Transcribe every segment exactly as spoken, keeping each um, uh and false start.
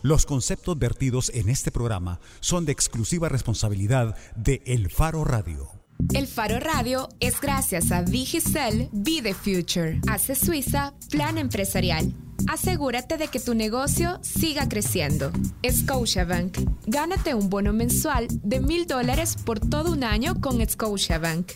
Los conceptos vertidos en este programa son de exclusiva responsabilidad de El Faro Radio. El Faro Radio es gracias a Digicel Be the Future. Hace Suiza Plan Empresarial. Asegúrate de que tu negocio siga creciendo. Scotiabank. Gánate un bono mensual de mil dólares por todo un año con Scotiabank.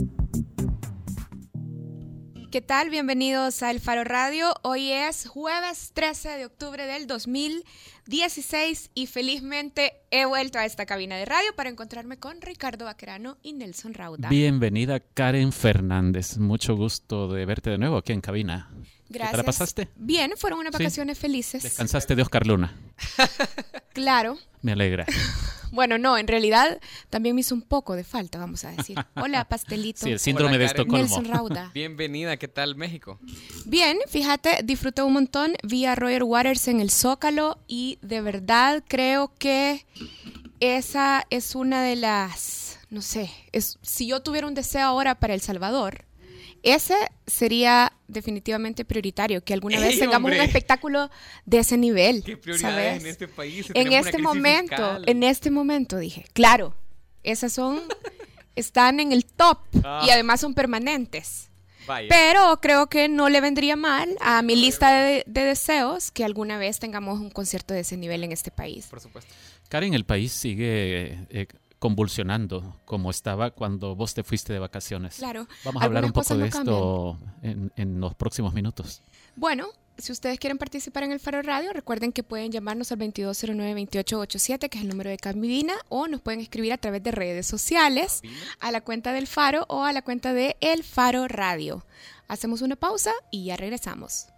¿Qué tal? Bienvenidos a El Faro Radio. Hoy es jueves trece de octubre del dos mil dieciséis y felizmente he vuelto a esta cabina de radio para encontrarme con Ricardo Baquerano y Nelson Rauda. Bienvenida, Karen Fernández. Mucho gusto de verte de nuevo aquí en cabina. Gracias. ¿Qué te la pasaste? Bien, fueron unas vacaciones sí. felices. ¿Descansaste de Oscar Luna? Claro. Me alegra. Bueno, no, en realidad también me hizo un poco de falta, vamos a decir. Hola, pastelito. Sí, el síndrome Hola, de Karen. Estocolmo. Nelson Rauda. Bienvenida, ¿qué tal México? Bien, fíjate, disfruté un montón. Vi a Roger Waters en el Zócalo y de verdad creo que esa es una de las, no sé, es, si yo tuviera un deseo ahora para El Salvador, ese sería definitivamente prioritario, que alguna vez ¡Ey, tengamos hombre! un espectáculo de ese nivel. ¿Qué prioridades ¿sabes? en este país? Si En tenemos este una crisis momento, fiscal. en este momento dije, claro, esas son, están en el top Ah. y además son permanentes. Vaya. Pero creo que no le vendría mal a mi lista de, de deseos que alguna vez tengamos un concierto de ese nivel en este país. Por supuesto. Karen, el país sigue eh, convulsionando como estaba cuando vos te fuiste de vacaciones. Claro. Vamos a hablar un Algunas poco de cosas no esto en, en los próximos minutos. Bueno, si ustedes quieren participar en el Faro Radio, recuerden que pueden llamarnos al veintidós cero nueve, veintiocho ochenta y siete, que es el número de cabina, o nos pueden escribir a través de redes sociales, a la cuenta del Faro o a la cuenta de El Faro Radio. Hacemos una pausa y ya regresamos.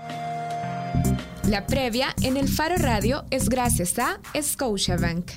La previa en El Faro Radio es gracias a Scotiabank.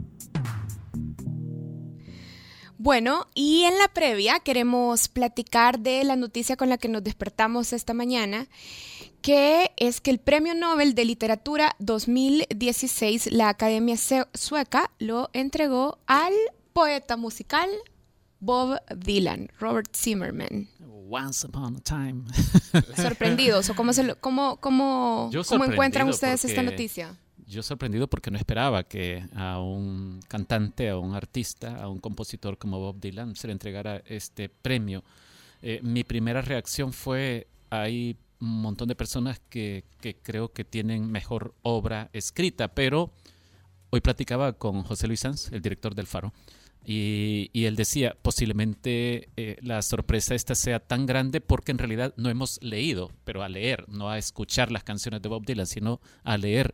Bueno, y en la previa queremos platicar de la noticia con la que nos despertamos esta mañana, que es que el Premio Nobel de Literatura dos mil dieciséis, la Academia Sueca lo entregó al poeta musical Bob Dylan, Robert Zimmerman. Once upon a time. ¿Sorprendidos? ¿O cómo, se lo, cómo, cómo, Yo cómo encuentran sorprendido ustedes porque- esta noticia? Yo sorprendido porque no esperaba que a un cantante, a un artista, a un compositor como Bob Dylan se le entregara este premio. Eh, mi primera reacción fue, hay un montón de personas que, que creo que tienen mejor obra escrita, pero hoy platicaba con José Luis Sanz, el director del Faro, y, y él decía, posiblemente eh, la sorpresa esta sea tan grande porque en realidad no hemos leído, pero a leer, no a escuchar las canciones de Bob Dylan, sino a leer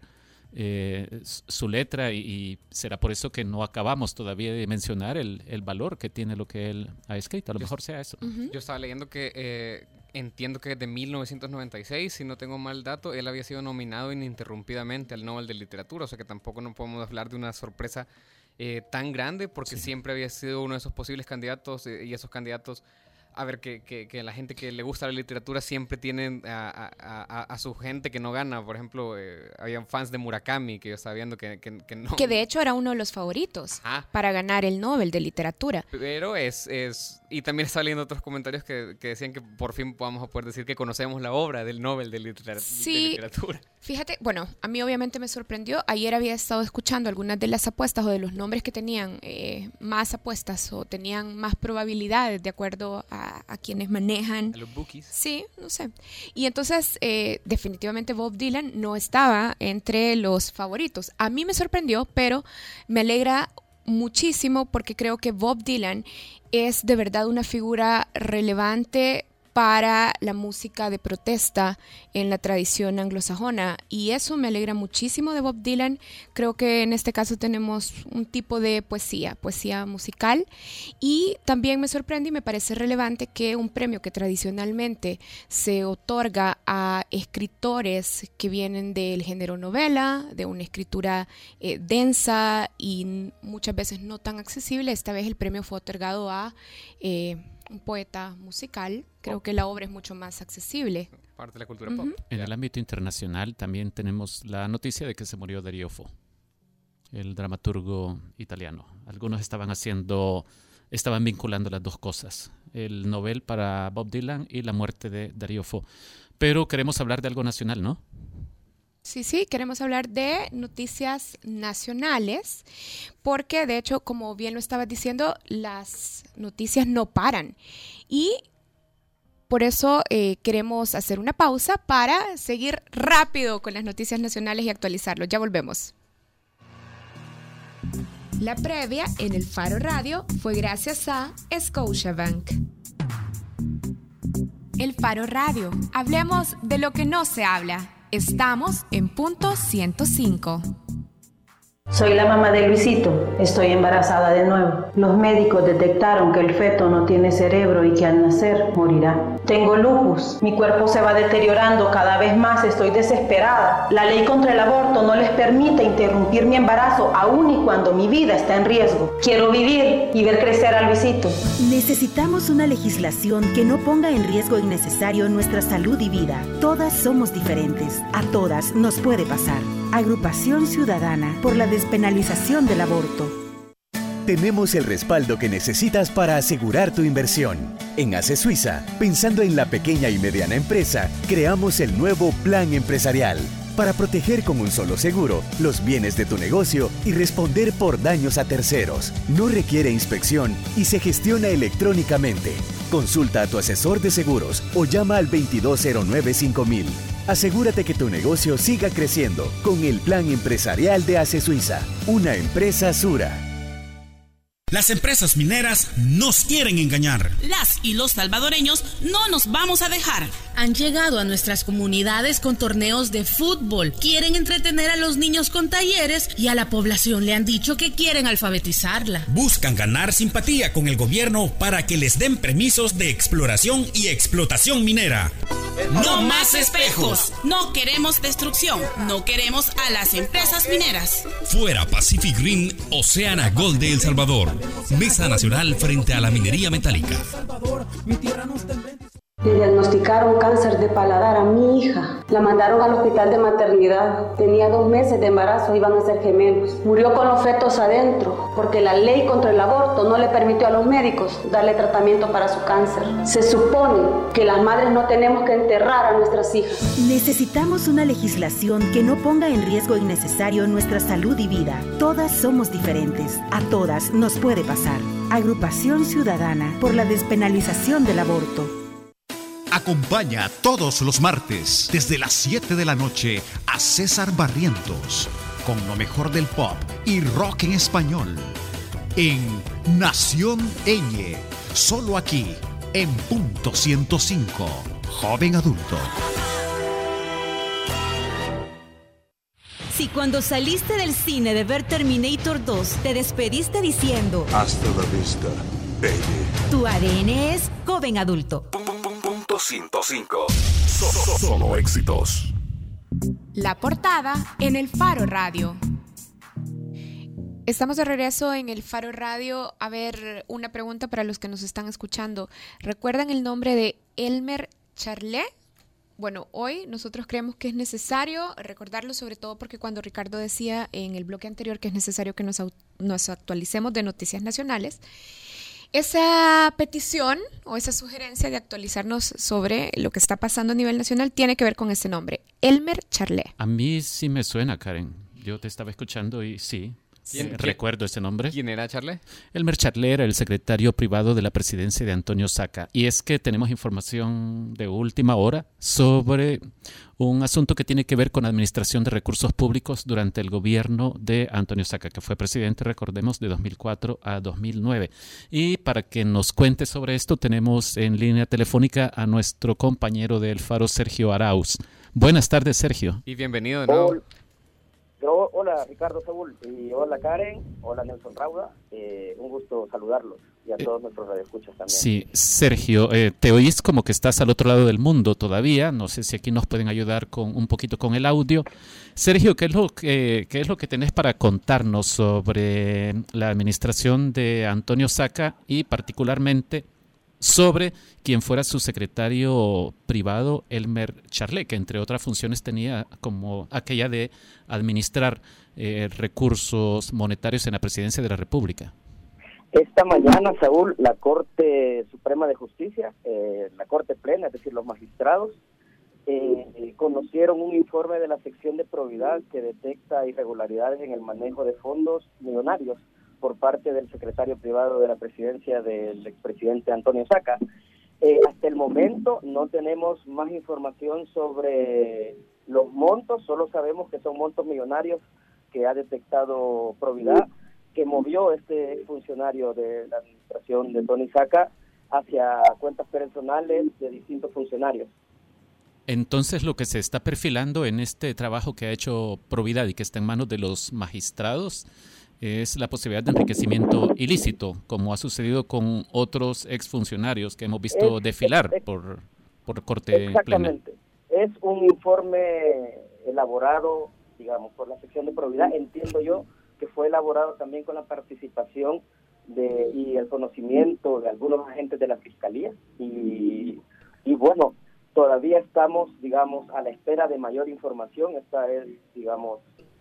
Eh, su letra y, y será por eso que no acabamos todavía de mencionar el, el valor que tiene lo que él ha escrito. A lo Yo- mejor sea eso. Ujú. Yo estaba leyendo que eh, entiendo que desde mil novecientos noventa y seis, si no tengo mal dato, él había sido nominado ininterrumpidamente al Nobel de Literatura, o sea que tampoco no podemos hablar de una sorpresa eh, tan grande porque Sí. siempre había sido uno de esos posibles candidatos eh, y esos candidatos, a ver, que, que, que la gente que le gusta la literatura siempre tienen a, a, a, a su gente que no gana. Por ejemplo, eh, habían fans de Murakami que yo estaba viendo que, que, que no... Que de hecho era uno de los favoritos Ajá. para ganar el Nobel de Literatura. Pero es, es... Y también estaba leyendo otros comentarios que, que decían que por fin vamos a poder decir que conocemos la obra del Nobel de, litera- Sí. de literatura. Fíjate, bueno, a mí obviamente me sorprendió. Ayer había estado escuchando algunas de las apuestas o de los nombres que tenían eh, más apuestas o tenían más probabilidades de acuerdo a, a quienes manejan. A los bookies. Sí, no sé. Y entonces, eh, definitivamente Bob Dylan no estaba entre los favoritos. A mí me sorprendió, pero me alegra muchísimo porque creo que Bob Dylan es de verdad una figura relevante para la música de protesta en la tradición anglosajona, y eso me alegra muchísimo de Bob Dylan. Creo que en este caso tenemos un tipo de poesía, poesía musical, y también me sorprende y me parece relevante que un premio que tradicionalmente se otorga a escritores que vienen del género novela, de una escritura eh, densa y muchas veces no tan accesible, esta vez el premio fue otorgado a eh, un poeta musical. Creo que la obra es mucho más accesible. Parte de la cultura Ujú. pop. En el ámbito internacional también tenemos la noticia de que se murió Dario Fo, el dramaturgo italiano. Algunos estaban haciendo, estaban vinculando las dos cosas, el Nobel para Bob Dylan y la muerte de Dario Fo. Pero queremos hablar de algo nacional, ¿no? Sí, sí, queremos hablar de noticias nacionales, porque de hecho, como bien lo estabas diciendo, las noticias no paran. Y por eso eh, queremos hacer una pausa para seguir rápido con las noticias nacionales y actualizarlos. Ya volvemos. La previa en el Faro Radio fue gracias a Scotiabank. El Faro Radio. Hablemos de lo que no se habla. Estamos en punto ciento cinco. Soy la mamá de Luisito, estoy embarazada de nuevo. Los médicos detectaron que el feto no tiene cerebro y que al nacer morirá. Tengo lupus, mi cuerpo se va deteriorando cada vez más, estoy desesperada. La ley contra el aborto no les permite interrumpir mi embarazo aún y cuando mi vida está en riesgo. Quiero vivir y ver crecer a Luisito. Necesitamos una legislación que no ponga en riesgo innecesario nuestra salud y vida. Todas somos diferentes, a todas nos puede pasar. Agrupación Ciudadana por la despenalización del aborto. Tenemos el respaldo que necesitas para asegurar tu inversión. En A C E Suiza, pensando en la pequeña y mediana empresa, creamos el nuevo Plan Empresarial para proteger con un solo seguro los bienes de tu negocio y responder por daños a terceros. No requiere inspección y se gestiona electrónicamente. Consulta a tu asesor de seguros o llama al veintidós cero nueve cinco mil. Asegúrate que tu negocio siga creciendo con el Plan Empresarial de A C E Suiza, una empresa Sura. Las empresas mineras nos quieren engañar. Las y los salvadoreños no nos vamos a dejar. Han llegado a nuestras comunidades con torneos de fútbol. Quieren entretener a los niños con talleres y a la población le han dicho que quieren alfabetizarla. Buscan ganar simpatía con el gobierno para que les den permisos de exploración y explotación minera. No más espejos. No queremos destrucción. No queremos a las empresas mineras. Fuera Pacific Green, Oceana Gold de El Salvador. Mesa Nacional frente a la minería metálica. Le diagnosticaron cáncer de paladar a mi hija. La mandaron al hospital de maternidad. Tenía dos meses de embarazo, iban a ser gemelos. Murió con los fetos adentro, porque la ley contra el aborto no le permitió a los médicos darle tratamiento para su cáncer. Se supone que las madres no tenemos que enterrar a nuestras hijas. Necesitamos una legislación que no ponga en riesgo innecesario nuestra salud y vida. Todas somos diferentes. A todas nos puede pasar. Agrupación Ciudadana por la despenalización del aborto. Acompaña todos los martes desde las siete de la noche a César Barrientos con lo mejor del pop y rock en español en Nación Eñe, solo aquí en punto ciento cinco, Joven Adulto. Si cuando saliste del cine de ver Terminator dos te despediste diciendo hasta la vista, baby, tu A D N es Joven Adulto. ciento cinco. Solo, solo éxitos. La portada en el Faro Radio. Estamos de regreso en el Faro Radio. A ver, una pregunta para los que nos están escuchando. ¿Recuerdan el nombre de Elmer Charlet? Bueno, hoy nosotros creemos que es necesario recordarlo, sobre todo porque cuando Ricardo decía en el bloque anterior que es necesario que nos, nos actualicemos de noticias nacionales, esa petición o esa sugerencia de actualizarnos sobre lo que está pasando a nivel nacional tiene que ver con ese nombre, Elmer Charlet. A mí sí me suena, Karen. Yo te estaba escuchando y sí, ¿Quién, recuerdo ese nombre. ¿Quién era Charlet? Elmer Charlet era el secretario privado de la presidencia de Antonio Saca. Y es que tenemos información de última hora sobre un asunto que tiene que ver con administración de recursos públicos durante el gobierno de Antonio Saca, que fue presidente, recordemos, de dos mil cuatro a dos mil nueve. Y para que nos cuente sobre esto, tenemos en línea telefónica a nuestro compañero del Faro, Sergio Arauz. Buenas tardes, Sergio. Y bienvenido de nuevo. Hola, Yo, hola Ricardo Saúl, y hola Karen, hola Nelson Rauda, eh, un gusto saludarlos y a todos eh, nuestros radioescuchas también. Sí, Sergio, eh, te oís como que estás al otro lado del mundo todavía, no sé si aquí nos pueden ayudar con un poquito con el audio. Sergio, ¿qué es lo que, qué es lo que tenés para contarnos sobre la administración de Antonio Saca y particularmente sobre quien fuera su secretario privado, Elmer Charlet, que entre otras funciones tenía como aquella de administrar eh, recursos monetarios en la presidencia de la República? Esta mañana, Saúl, la Corte Suprema de Justicia, eh, la Corte Plena, es decir, los magistrados, eh, conocieron un informe de la sección de probidad que detecta irregularidades en el manejo de fondos millonarios por parte del secretario privado de la presidencia del expresidente Antonio Saca. Eh, hasta el momento no tenemos más información sobre los montos, solo sabemos que son montos millonarios que ha detectado probidad, que movió este funcionario de la administración de Tony Saca hacia cuentas personales de distintos funcionarios. Entonces, lo que se está perfilando en este trabajo que ha hecho Providad y que está en manos de los magistrados es la posibilidad de enriquecimiento ilícito, como ha sucedido con otros exfuncionarios que hemos visto es, desfilar es, por, por corte exactamente. plena. Es un informe elaborado, digamos, por la sección de Providad. Entiendo yo que fue elaborado también con la participación de y el conocimiento de algunos agentes de la Fiscalía. Y, y bueno, todavía estamos, digamos, a la espera de mayor información. Esta es, digamos,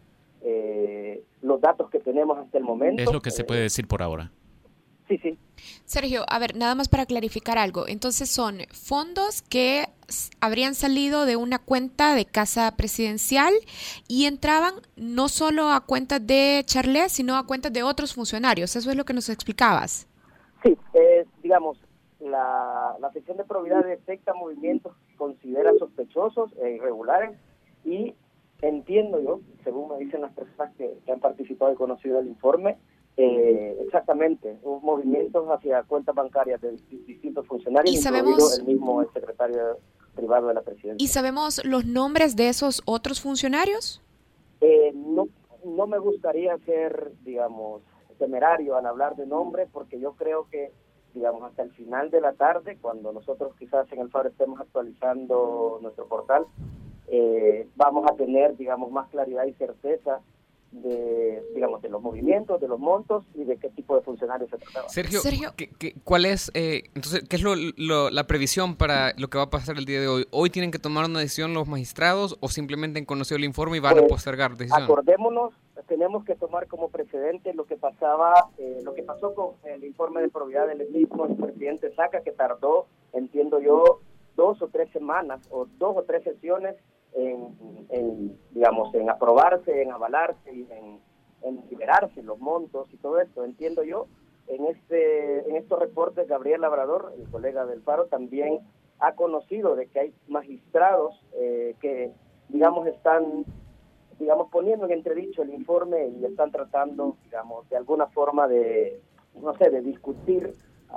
eh, los datos que tenemos hasta el momento. Es lo que se puede decir por ahora. Sí, sí. Sergio, a ver, nada más para clarificar algo. Entonces son fondos que habrían salido de una cuenta de Casa Presidencial y entraban no solo a cuentas de Charlé, sino a cuentas de otros funcionarios. Eso es lo que nos explicabas. Sí, eh, digamos, la, la sección de probidad detecta movimientos que considera sospechosos e irregulares y entiendo yo, según me dicen las personas que, que han participado y conocido el informe, Eh, exactamente, hubo movimientos hacia cuentas bancarias de distintos funcionarios, ¿Y sabemos, el mismo el secretario privado de la presidencia. ¿Y sabemos los nombres de esos otros funcionarios? Eh, no, no me gustaría ser, digamos, temerario al hablar de nombres, porque yo creo que, digamos, hasta el final de la tarde, cuando nosotros quizás en el Faro estemos actualizando nuestro portal, eh, vamos a tener, digamos, más claridad y certeza de, digamos, de los movimientos, de los montos y de qué tipo de funcionarios se trataba. Sergio, Sergio. ¿qué, qué, ¿cuál es, eh, entonces, qué es lo, lo, la previsión para lo que va a pasar el día de hoy? ¿Hoy tienen que tomar una decisión los magistrados o simplemente han conocido el informe y van pues, a postergar decisión? Acordémonos, tenemos que tomar como precedente lo que pasaba, eh, lo que pasó con el informe de probidad del mismo presidente Saca, que tardó, entiendo yo, dos o tres semanas o dos o tres sesiones En, en, digamos, en aprobarse, en avalarse y en, en liberarse los montos y todo esto. Entiendo yo, en este en estos reportes, Gabriel Labrador, el colega del Faro, también ha conocido de que hay magistrados eh, que, digamos, están, digamos, poniendo en entredicho el informe y están tratando, digamos, de alguna forma de, no sé, de discutir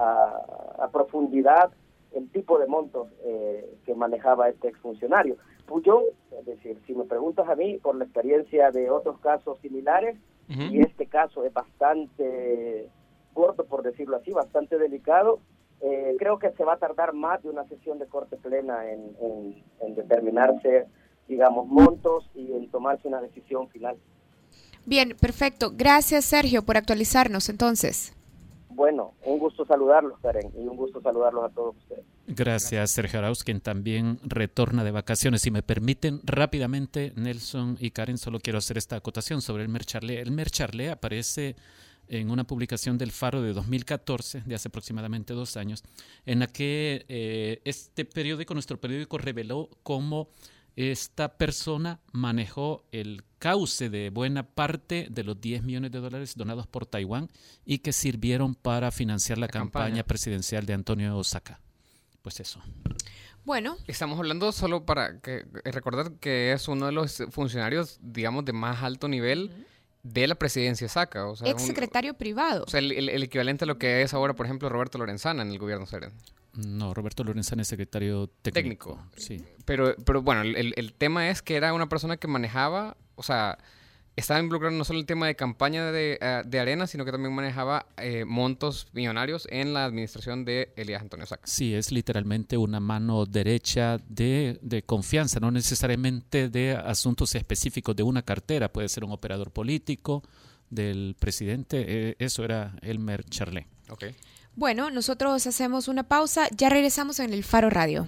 a, a profundidad el tipo de montos eh, que manejaba este exfuncionario. Pues yo, es decir, si me preguntas a mí, por la experiencia de otros casos similares, uh-huh. y este caso es bastante corto, por decirlo así, bastante delicado, eh, creo que se va a tardar más de una sesión de corte plena en, en, en determinarse, digamos, montos y en tomarse una decisión final. Bien, perfecto. Gracias, Sergio, por actualizarnos entonces. Bueno, un gusto saludarlos, Karen, y un gusto saludarlos a todos ustedes. Gracias, Sergio Arauz, quien también retorna de vacaciones. Si me permiten, rápidamente, Nelson y Karen, solo quiero hacer esta acotación sobre el Mer Charlé. El Mer Charlé aparece en una publicación del Faro de dos mil catorce, de hace aproximadamente dos años, en la que eh, este periódico, nuestro periódico, reveló cómo esta persona manejó el cauce de buena parte de los diez millones de dólares donados por Taiwán y que sirvieron para financiar la, la campaña, campaña presidencial de Antonio Saca. Pues eso. Bueno. Estamos hablando solo para que, recordar que es uno de los funcionarios, digamos, de más alto nivel uh-huh. de la presidencia Saca. O sea, ex secretario un, privado. O sea, el, el, el equivalente a lo que es ahora, por ejemplo, Roberto Lorenzana en el gobierno Seren. No, Roberto Lorenzana es secretario técnico. Técnico, sí. Pero, pero bueno, el, el tema es que era una persona que manejaba, o sea, estaba involucrado no solo en el tema de campaña de, uh, de Arena, sino que también manejaba eh, montos millonarios en la administración de Elías Antonio Saca. Sí, es literalmente una mano derecha de, de confianza, no necesariamente de asuntos específicos de una cartera, puede ser un operador político del presidente, eh, eso era Elmer Charlé. Ok. Bueno, nosotros hacemos una pausa, ya regresamos en el Faro Radio.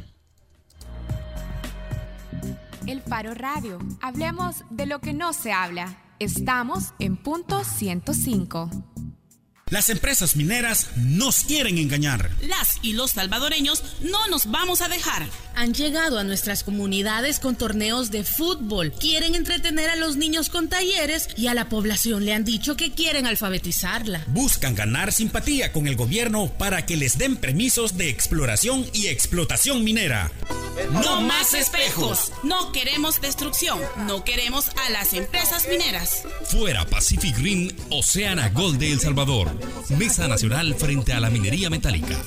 El Faro Radio. Hablemos de lo que no se habla. Estamos en punto ciento cinco. Las empresas mineras nos quieren engañar. Las y los salvadoreños no nos vamos a dejar. Han llegado a nuestras comunidades con torneos de fútbol, quieren entretener a los niños con talleres y a la población le han dicho que quieren alfabetizarla. Buscan ganar simpatía con el gobierno para que les den permisos de exploración y explotación minera. No más espejos. No queremos destrucción. No queremos a las empresas mineras. Fuera Pacific Green, Oceana Gold de El Salvador. Mesa Nacional frente a la minería metálica.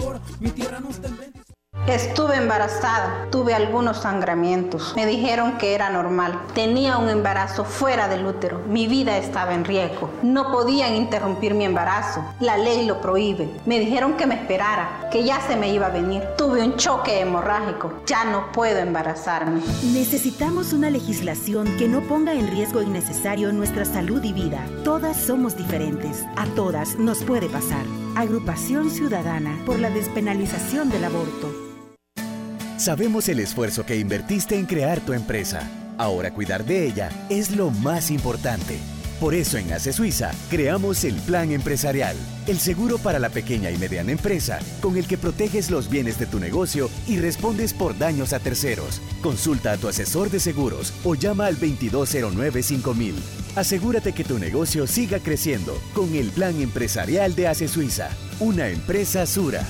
Estuve embarazada, tuve algunos sangramientos. Me dijeron que era normal. Tenía un embarazo fuera del útero. Mi vida estaba en riesgo. No podían interrumpir mi embarazo. La ley lo prohíbe. Me dijeron que me esperara, que ya se me iba a venir. Tuve un choque hemorrágico. Ya no puedo embarazarme. Necesitamos una legislación que no ponga en riesgo innecesario nuestra salud y vida. Todas somos diferentes. A todas nos puede pasar. Agrupación Ciudadana por la despenalización del aborto. Sabemos el esfuerzo que invertiste en crear tu empresa. Ahora cuidar de ella es lo más importante. Por eso en ACE Suiza creamos el Plan Empresarial, el seguro para la pequeña y mediana empresa, con el que proteges los bienes de tu negocio y respondes por daños a terceros. Consulta a tu asesor de seguros o llama al veintidós cero nueve cinco mil. Asegúrate que tu negocio siga creciendo con el Plan Empresarial de ACE Suiza, una empresa Sura.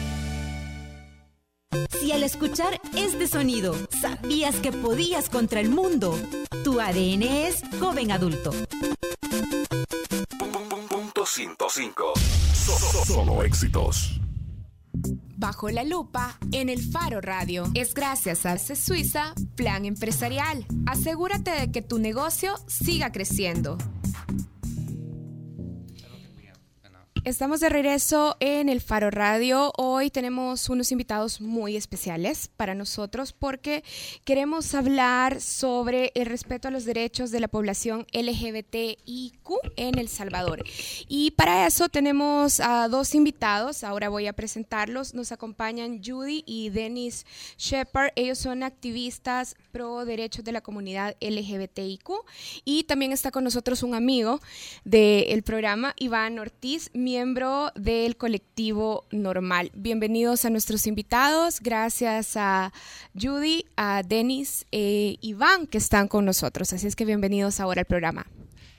Si al escuchar este sonido sabías que podías contra el mundo, tu A D N es joven adulto. Punto ciento cinco. Solo éxitos. Bajo la lupa en el Faro Radio. Es gracias a ACE Suiza Plan Empresarial. Asegúrate de que tu negocio siga creciendo. Estamos de regreso en el Faro Radio. Hoy tenemos unos invitados muy especiales para nosotros porque queremos hablar sobre el respeto a los derechos de la población L G B T I Q en El Salvador. Y para eso tenemos a dos invitados. Ahora voy a presentarlos. Nos acompañan Judy y Dennis Shepard. Ellos son activistas pro derechos de la comunidad L G B T I Q. Y también está con nosotros un amigo del programa, Iván Ortiz, miembro del colectivo Normal. Bienvenidos a nuestros invitados. Gracias a Judy, a Dennis e Iván que están con nosotros. Así es que bienvenidos ahora al programa.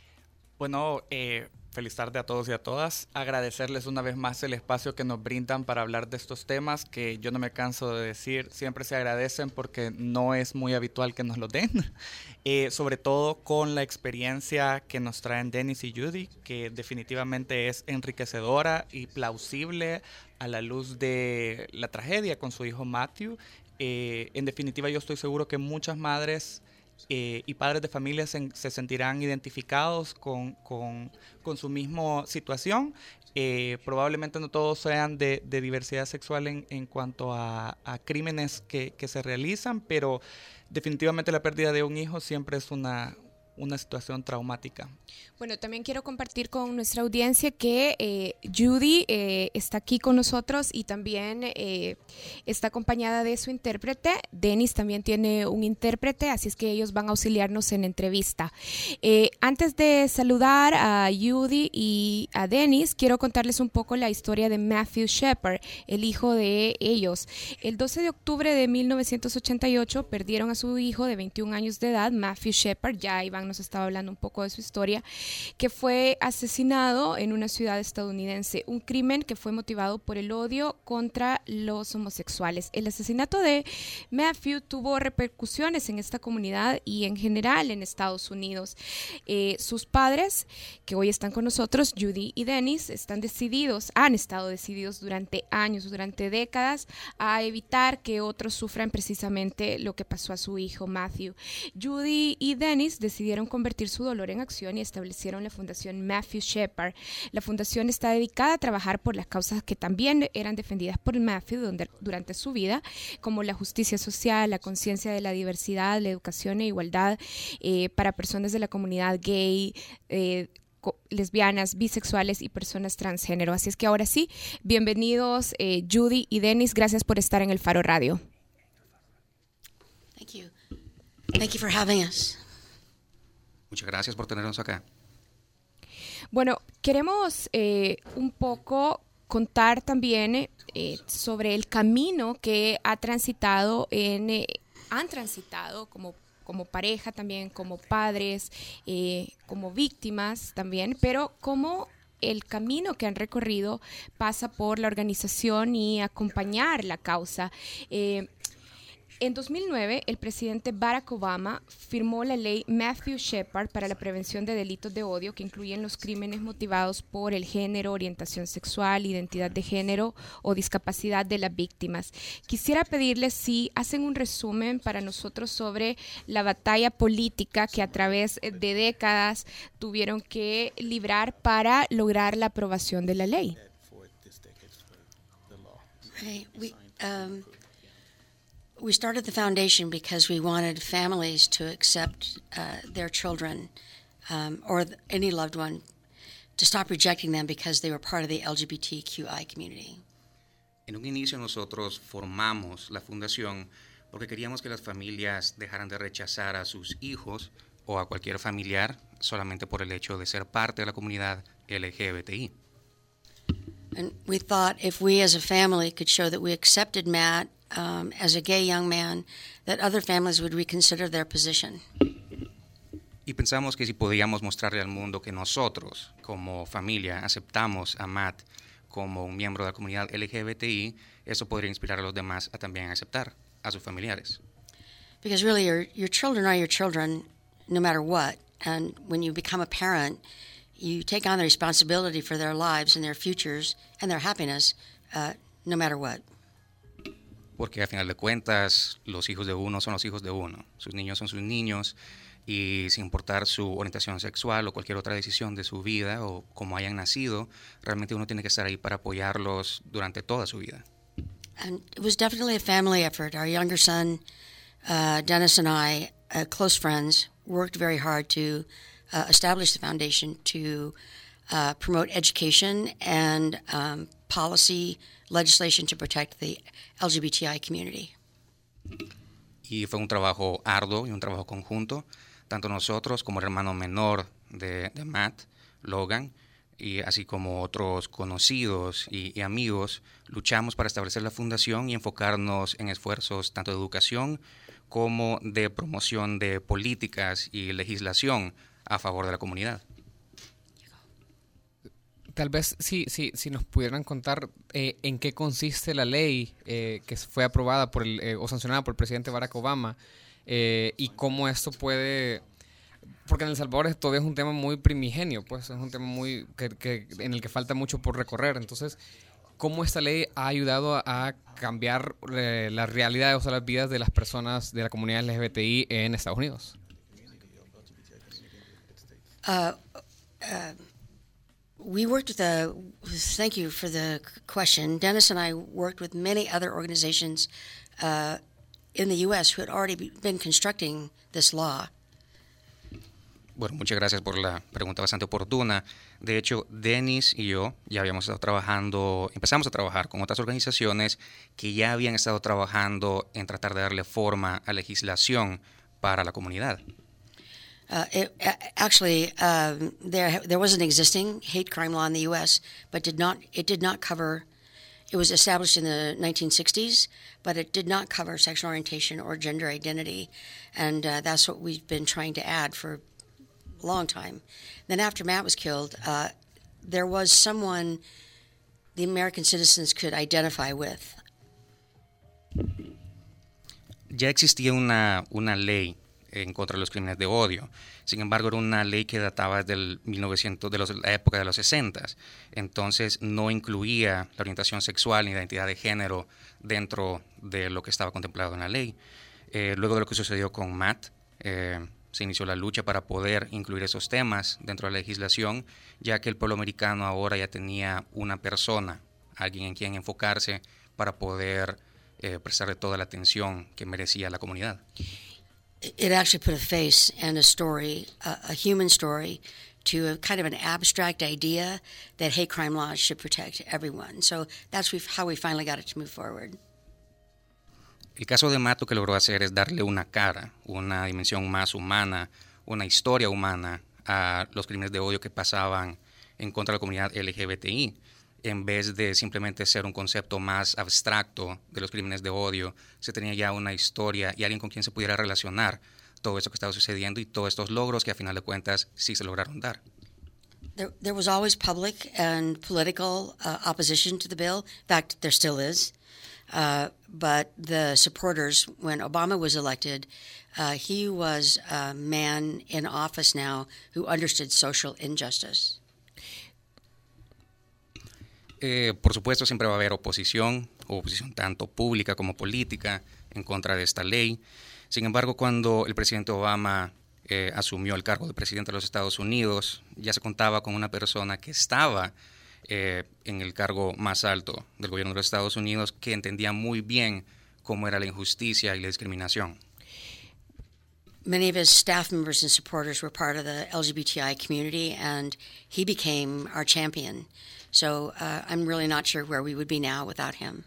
Bueno, eh, feliz tarde a todos y a todas. Agradecerles una vez más el espacio que nos brindan para hablar de estos temas que yo no me canso de decir, siempre se agradecen porque no es muy habitual que nos lo den. Eh, sobre todo con la experiencia que nos traen Dennis y Judy, que definitivamente es enriquecedora y plausible a la luz de la tragedia con su hijo Matthew. Eh, en definitiva, yo estoy seguro que muchas madres Eh, y padres de familia se, se sentirán identificados con, con, con su misma situación. Eh, probablemente no todos sean de, de diversidad sexual en, en cuanto a, a crímenes que, que se realizan, pero definitivamente la pérdida de un hijo siempre es una, una situación traumática. Bueno, también quiero compartir con nuestra audiencia que eh, Judy eh, está aquí con nosotros y también eh, está acompañada de su intérprete. Dennis también tiene un intérprete, así es que ellos van a auxiliarnos en entrevista. Eh, antes de saludar a Judy y a Dennis, quiero contarles un poco la historia de Matthew Shepard, el hijo de ellos. El doce de octubre de mil novecientos ochenta y ocho perdieron a su hijo de veintiún años de edad, Matthew Shepard. Ya Iván nos estaba hablando un poco de su historia, que fue asesinado en una ciudad estadounidense, un crimen que fue motivado por el odio contra los homosexuales. El asesinato de Matthew tuvo repercusiones en esta comunidad y en general en Estados Unidos. Eh, sus padres, que hoy están con nosotros, Judy y Dennis, están decididos, han estado decididos durante años, durante décadas, a evitar que otros sufran precisamente lo que pasó a su hijo Matthew. Judy y Dennis decidieron convertir su dolor en acción y establecieron la Fundación Matthew Shepard. La fundación está dedicada a trabajar por las causas que también eran defendidas por Matthew donde, durante su vida, como la justicia social, la conciencia de la diversidad, la educación e igualdad eh, para personas de la comunidad gay, eh, lesbianas, bisexuales y personas transgénero. Así es que ahora sí, bienvenidos eh, Judy y Dennis, gracias por estar en el Faro Radio. Thank you. Thank you for having us. Muchas gracias por tenernos acá. Bueno, queremos eh, un poco contar también eh, sobre el camino que ha transitado en, eh, han transitado como, como pareja también, como padres, eh, como víctimas también, pero como el camino que han recorrido pasa por la organización y acompañar la causa. Eh, En dos mil nueve, el presidente Barack Obama firmó la ley Matthew Shepard para la prevención de delitos de odio, que incluyen los crímenes motivados por el género, orientación sexual, identidad de género o discapacidad de las víctimas. Quisiera pedirles si hacen un resumen para nosotros sobre la batalla política que a través de décadas tuvieron que librar para lograr la aprobación de la ley. Hey, we, um... We started the foundation because we wanted families to accept uh, their children um, or th- any loved one, to stop rejecting them because they were part of the L G B T Q I community. En un inicio nosotros formamos la fundación porque queríamos que las familias dejaran de rechazar a sus hijos o a cualquier familiar solamente por el hecho de ser parte de la comunidad L G B T I. And we thought if we as a family could show that we accepted Matt Um, as a gay young man, that other families would reconsider their position. Y pensamos que si podíamos mostrarle al mundo que nosotros, como familia, aceptamos a Matt como un miembro de la comunidad L G B T I, eso podría inspirar a los demás a también aceptar a sus familiares. Because really, your, your children are your children no matter what. And when you become a parent, you take on the responsibility for their lives and their futures and their happiness uh, no matter what. Porque a final de cuentas, los hijos de uno son los hijos de uno. Sus niños son sus niños y sin importar su orientación sexual o cualquier otra decisión de su vida o cómo hayan nacido, realmente uno tiene que estar ahí para apoyarlos durante toda su vida. And it was definitely a family effort. Our younger son, uh, Dennis and I, uh, close friends, worked very hard to uh, establish the foundation to uh, promote education and um, policy legislation to protect the L G B T I community. Y fue un trabajo arduo y un trabajo conjunto, tanto nosotros como el hermano menor de, de Matt, Logan, y así como otros conocidos y, y amigos, luchamos para establecer la fundación y enfocarnos en esfuerzos tanto de educación como de promoción de políticas y legislación a favor de la comunidad. Tal vez si, si, si nos pudieran contar eh, en qué consiste la ley eh, que fue aprobada por el, eh, o sancionada por el presidente Barack Obama eh, y cómo esto puede... Porque en El Salvador todavía es un tema muy primigenio, pues es un tema muy que, que, en el que falta mucho por recorrer. Entonces, ¿cómo esta ley ha ayudado a, a cambiar eh, la realidad, o sea, las vidas de las personas de la comunidad L G B T I en Estados Unidos? Uh, uh, we worked with a, thank you for the question. Dennis and I worked with many other organizations uh, in the U S who had already been constructing this law. Bueno, muchas gracias por la pregunta bastante oportuna. De hecho, Dennis y yo ya habíamos estado trabajando, empezamos a trabajar con otras organizaciones que ya habían estado trabajando en tratar de darle forma a legislación para la comunidad. Uh, it, actually, um, there there was an existing hate crime law in the U S, but did not it did not cover. It was established in the nineteen sixties, but it did not cover sexual orientation or gender identity, and uh, that's what we've been trying to add for a long time. Then after Matt was killed, uh, there was someone the American citizens could identify with. Ya existía una una ley en contra de los crímenes de odio. Sin embargo, era una ley que databa del mil novecientos, de los, la época de los sesentas. Entonces, no incluía la orientación sexual ni la identidad de género dentro de lo que estaba contemplado en la ley. Eh, luego de lo que sucedió con Matt, eh, se inició la lucha para poder incluir esos temas dentro de la legislación, ya que el pueblo americano ahora ya tenía una persona, alguien en quien enfocarse para poder eh, prestarle toda la atención que merecía la comunidad. It actually put a face and a story, a, a human story, to a kind of an abstract idea that hate crime laws should protect everyone. So that's how we finally got it to move forward. El caso de Matt lo que logró hacer es darle una cara, una dimensión más humana, una historia humana a los crímenes de odio que pasaban en contra de la comunidad L G B T I. en vez de simplemente ser un concepto más abstracto de los crímenes de odio, se tenía ya una historia y alguien con quien se pudiera relacionar todo eso que estaba sucediendo y todos estos logros que a final de cuentas sí se lograron dar. There, there was always public and political uh, opposition to the bill. In fact, there still is. Uh, but the supporters, when Obama was elected, uh, he was a man in office now who understood social injustice. Eh, por supuesto, siempre va a haber oposición, oposición tanto pública como política en contra de esta ley. Sin embargo, cuando el presidente Obama eh, asumió el cargo de presidente de los Estados Unidos, ya se contaba con una persona que estaba eh, en el cargo más alto del gobierno de los Estados Unidos, que entendía muy bien cómo era la injusticia y la discriminación. Many of his staff members and supporters were part of the L G B T I community, and he became our champion. So uh, I'm really not sure where we would be now without him.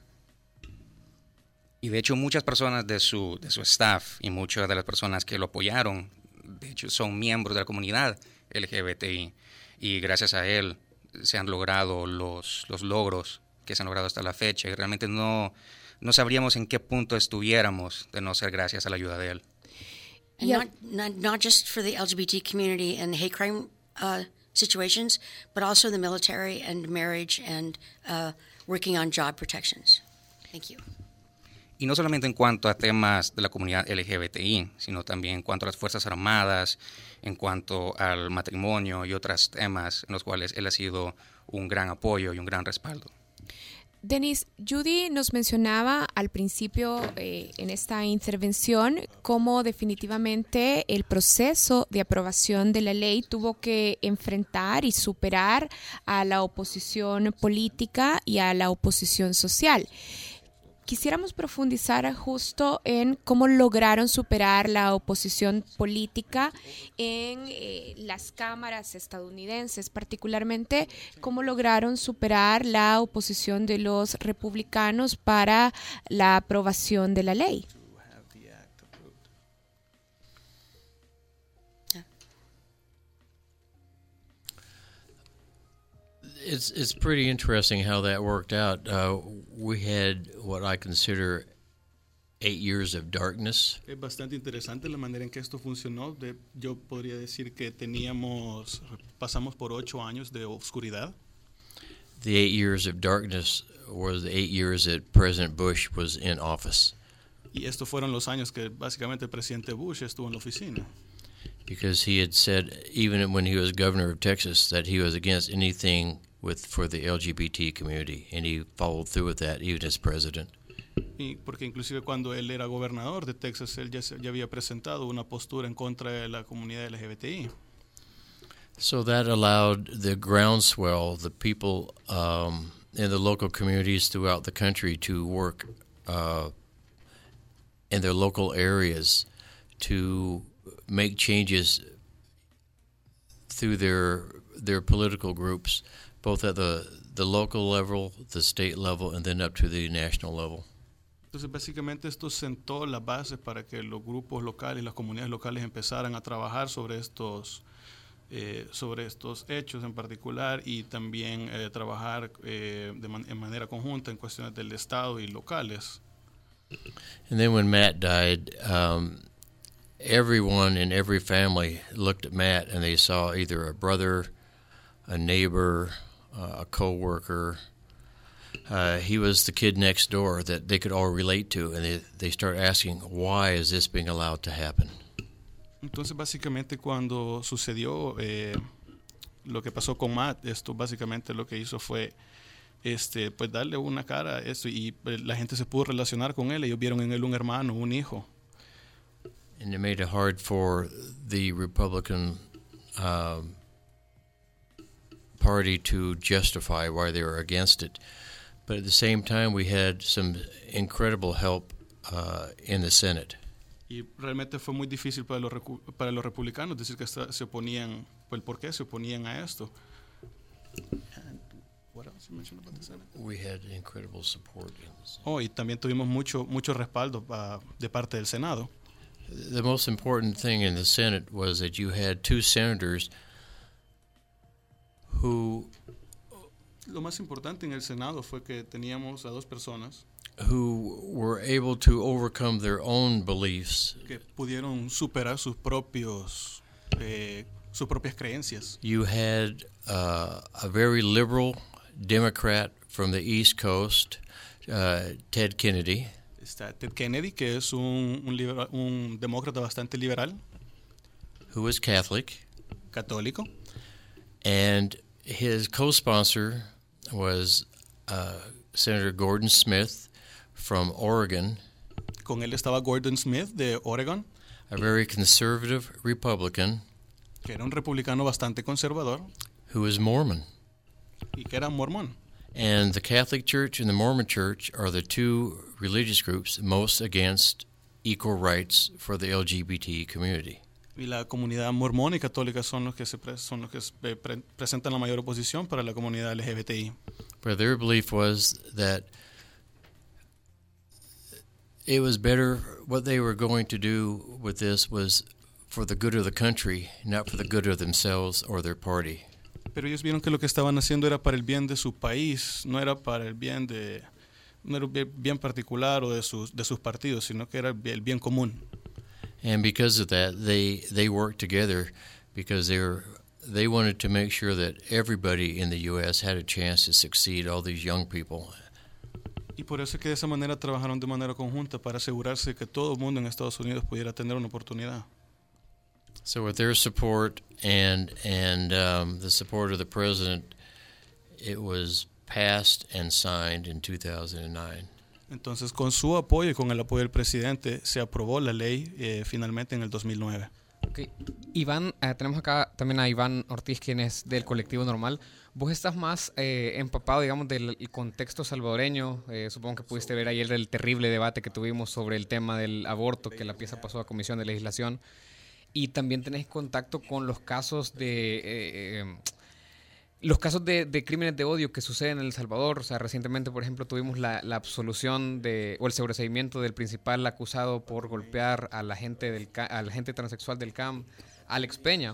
Y de hecho muchas personas de su, de su staff y muchas de las personas que lo apoyaron, de hecho son miembros de la comunidad L G B T I. Y gracias a él se han logrado los, los logros que se han logrado hasta la fecha. Y realmente no, no sabríamos en qué punto estuviéramos de no ser gracias a la ayuda de él. And not, not, not just for the L G B T community and hate crime uh, situations, but also the military and marriage and uh, working on job protections. Thank you. Y no solamente en cuanto a temas de la comunidad L G B T I, sino también en cuanto a las Fuerzas Armadas, en cuanto al matrimonio y otros temas en los cuales él ha sido un gran apoyo y un gran respaldo. Denise, Judy nos mencionaba al principio eh, en esta intervención cómo definitivamente el proceso de aprobación de la ley tuvo que enfrentar y superar a la oposición política y a la oposición social. Quisiéramos profundizar justo en cómo lograron superar la oposición política en eh, las cámaras estadounidenses, particularmente cómo lograron superar la oposición de los republicanos para la aprobación de la ley. It's it's pretty interesting how that worked out. Uh, we had what I consider eight years of darkness. Es bastante interesante la manera en que esto funcionó. De, yo podría decir que teníamos, pasamos por ocho años de oscuridad. The eight years of darkness was the eight years that President Bush was in office. Y estos fueron los años que básicamente el presidente Bush estuvo en la oficina. Because he had said, even when he was governor of Texas, that he was against anything with for the L G B T community, and he followed through with that even as president. Y porque inclusive cuando él era gobernador de Texas, él ya, se, ya había presentado una postura en contra de la comunidad L G B T I. So that allowed the groundswell, the people um, in the local communities throughout the country to work uh, in their local areas to make changes through their their political groups, both at the, the local level, the state level, and then up to the national level. Entonces, básicamente esto sentó las bases para que los grupos locales, las comunidades locales empezaran a trabajar sobre estos, eh, sobre estos hechos en particular y también eh, trabajar eh, de man- en manera conjunta en cuestiones del Estado y locales. And then when Matt died, um, everyone in every family looked at Matt and they saw either a brother, a neighbor, uh, a co-worker. Uh, he was the kid next door that they could all relate to, and they, they start asking, why is this being allowed to happen? Entonces, básicamente, cuando sucedió eh, lo que pasó con Matt, esto básicamente lo que hizo fue este, pues darle una cara a esto y pues, la gente se pudo relacionar con él. Ellos vieron en él un hermano, un hijo. And it made it hard for the Republican um, Party to justify why they were against it. But at the same time, we had some incredible help uh, in the Senate. Y realmente fue muy difícil para los, para los republicanos decir que se oponían, pues, ¿por qué se oponían a esto? What else you mentioned about the Senate? We had incredible support in the Senate. Oh, y también tuvimos mucho, mucho respaldo uh, de parte del Senado. The most important thing in the Senate was that you had two senators who Lo más importante en el Senado fue que teníamos a dos personas who were able to overcome their own beliefs. que pudieron superar sus propios eh, sus propias creencias. You had uh, a very liberal Democrat from the East Coast, uh, Ted Kennedy. Está Ted Kennedy, que es un, un, libera, un demócrata bastante liberal, who was Catholic, católico, and his co-sponsor was uh, Senator Gordon Smith from Oregon. Con él estaba Gordon Smith de Oregon, a very conservative Republican, que era un republicano bastante conservador, who was Mormon. Y que era mormón. And the Catholic Church and the Mormon Church are the two religious groups most against equal rights for the L G B T community. Y la comunidad mormona y católica son los que se pre son los que se pre presentan la mayor oposición para la comunidad L G B T I. But their belief was that it was better, what they were going to do with this was for the good of the country, not for the good of themselves or their party. Pero ellos vieron que lo que estaban haciendo era para el bien de su país, no era para el bien de no era el bien particular o de sus de sus partidos, sino que era el bien común. And because of that, they they worked together because they were they wanted to make sure that everybody in the U S had a chance to succeed, all these young people. Y por eso es que de esa manera trabajaron de manera conjunta para asegurarse que todo el mundo en Estados Unidos pudiera tener una oportunidad. So with their support and and um, the support of the president, it was passed and signed in two thousand nine. Entonces, con su apoyo y con el apoyo del presidente, se aprobó la ley eh, finalmente en el dos mil nueve. Okay. Iván, eh, tenemos acá también a Iván Ortiz, quien es del Colectivo Normal. Vos estás más eh, empapado, digamos, del contexto salvadoreño. Eh, supongo que pudiste ver ayer el terrible debate que tuvimos sobre el tema del aborto, que la pieza pasó a Comisión de Legislación. Y también tenés contacto con los casos de eh, eh, los casos de, de crímenes de odio que suceden en El Salvador. O sea, recientemente, por ejemplo, tuvimos la, la absolución de o el sobreseimiento del principal acusado por golpear a la gente del a la gente transexual del C A M, Alex Peña.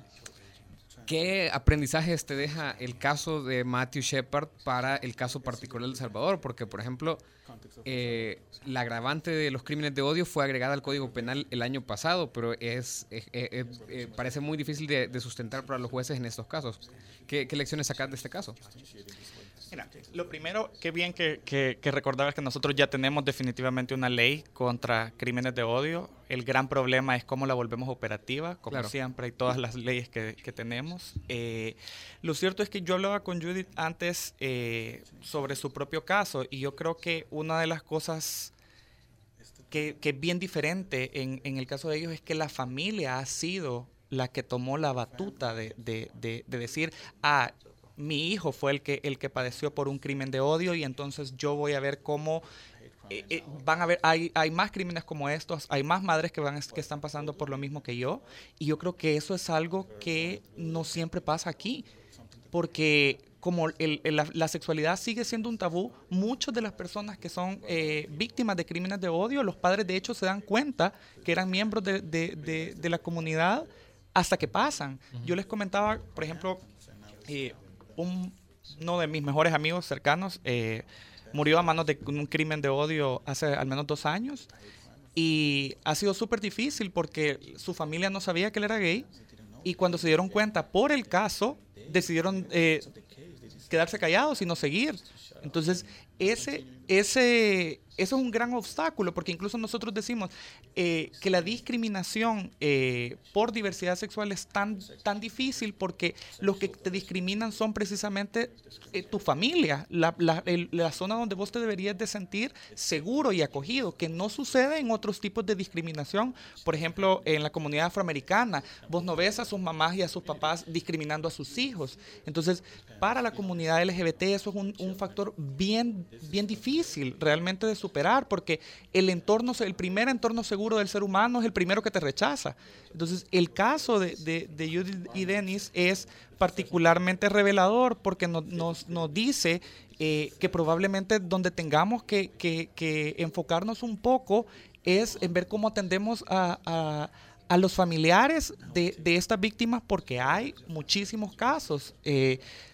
¿Qué aprendizajes te deja el caso de Matthew Shepard para el caso particular de El Salvador? Porque, por ejemplo, eh, la agravante de los crímenes de odio fue agregada al Código Penal el año pasado, pero es, es, es, es eh, parece muy difícil de, de sustentar para los jueces en estos casos. ¿Qué, qué lecciones sacas de este caso? Mira, lo primero, qué bien que, que, que recordabas que nosotros ya tenemos definitivamente una ley contra crímenes de odio. El gran problema es cómo la volvemos operativa, como Claro. siempre hay todas las leyes que, que tenemos. Eh, lo cierto es que yo hablaba con Judith antes eh, sobre su propio caso y yo creo que una de las cosas que, que es bien diferente en, en el caso de ellos es que la familia ha sido la que tomó la batuta de, de, de, de decir, ah, mi hijo fue el que el que padeció por un crimen de odio y entonces yo voy a ver cómo eh, eh, van a ver hay hay más crímenes como estos, hay más madres que van que están pasando por lo mismo que yo y yo creo que eso es algo que no siempre pasa aquí porque como el, el, la, la sexualidad sigue siendo un tabú, muchas de las personas que son eh, víctimas de crímenes de odio, los padres de hecho se dan cuenta que eran miembros de, de, de, de la comunidad hasta que pasan. Uh-huh. Yo les comentaba, por ejemplo, eh, Un, uno de mis mejores amigos cercanos eh, murió a manos de un crimen de odio hace al menos dos años y ha sido súper difícil porque su familia no sabía que él era gay y cuando se dieron cuenta por el caso decidieron eh, quedarse callados y no seguir. Entonces ese, ese, eso es un gran obstáculo porque incluso nosotros decimos eh, que la discriminación eh, por diversidad sexual es tan, tan difícil porque los que te discriminan son precisamente eh, tu familia, la, la, el, la zona donde vos te deberías de sentir seguro y acogido, que no sucede en otros tipos de discriminación. Por ejemplo, en la comunidad afroamericana, vos no ves a sus mamás y a sus papás discriminando a sus hijos. Entonces, para la comunidad L G B T eso es un, un factor bien bien difícil realmente de superar porque el entorno, el primer entorno seguro del ser humano es el primero que te rechaza. Entonces el caso de, de, de Judith y Dennis es particularmente revelador porque nos, nos, nos dice eh, que probablemente donde tengamos que, que, que enfocarnos un poco es en ver cómo atendemos a, a, a los familiares de, de estas víctimas porque hay muchísimos casos. Eh,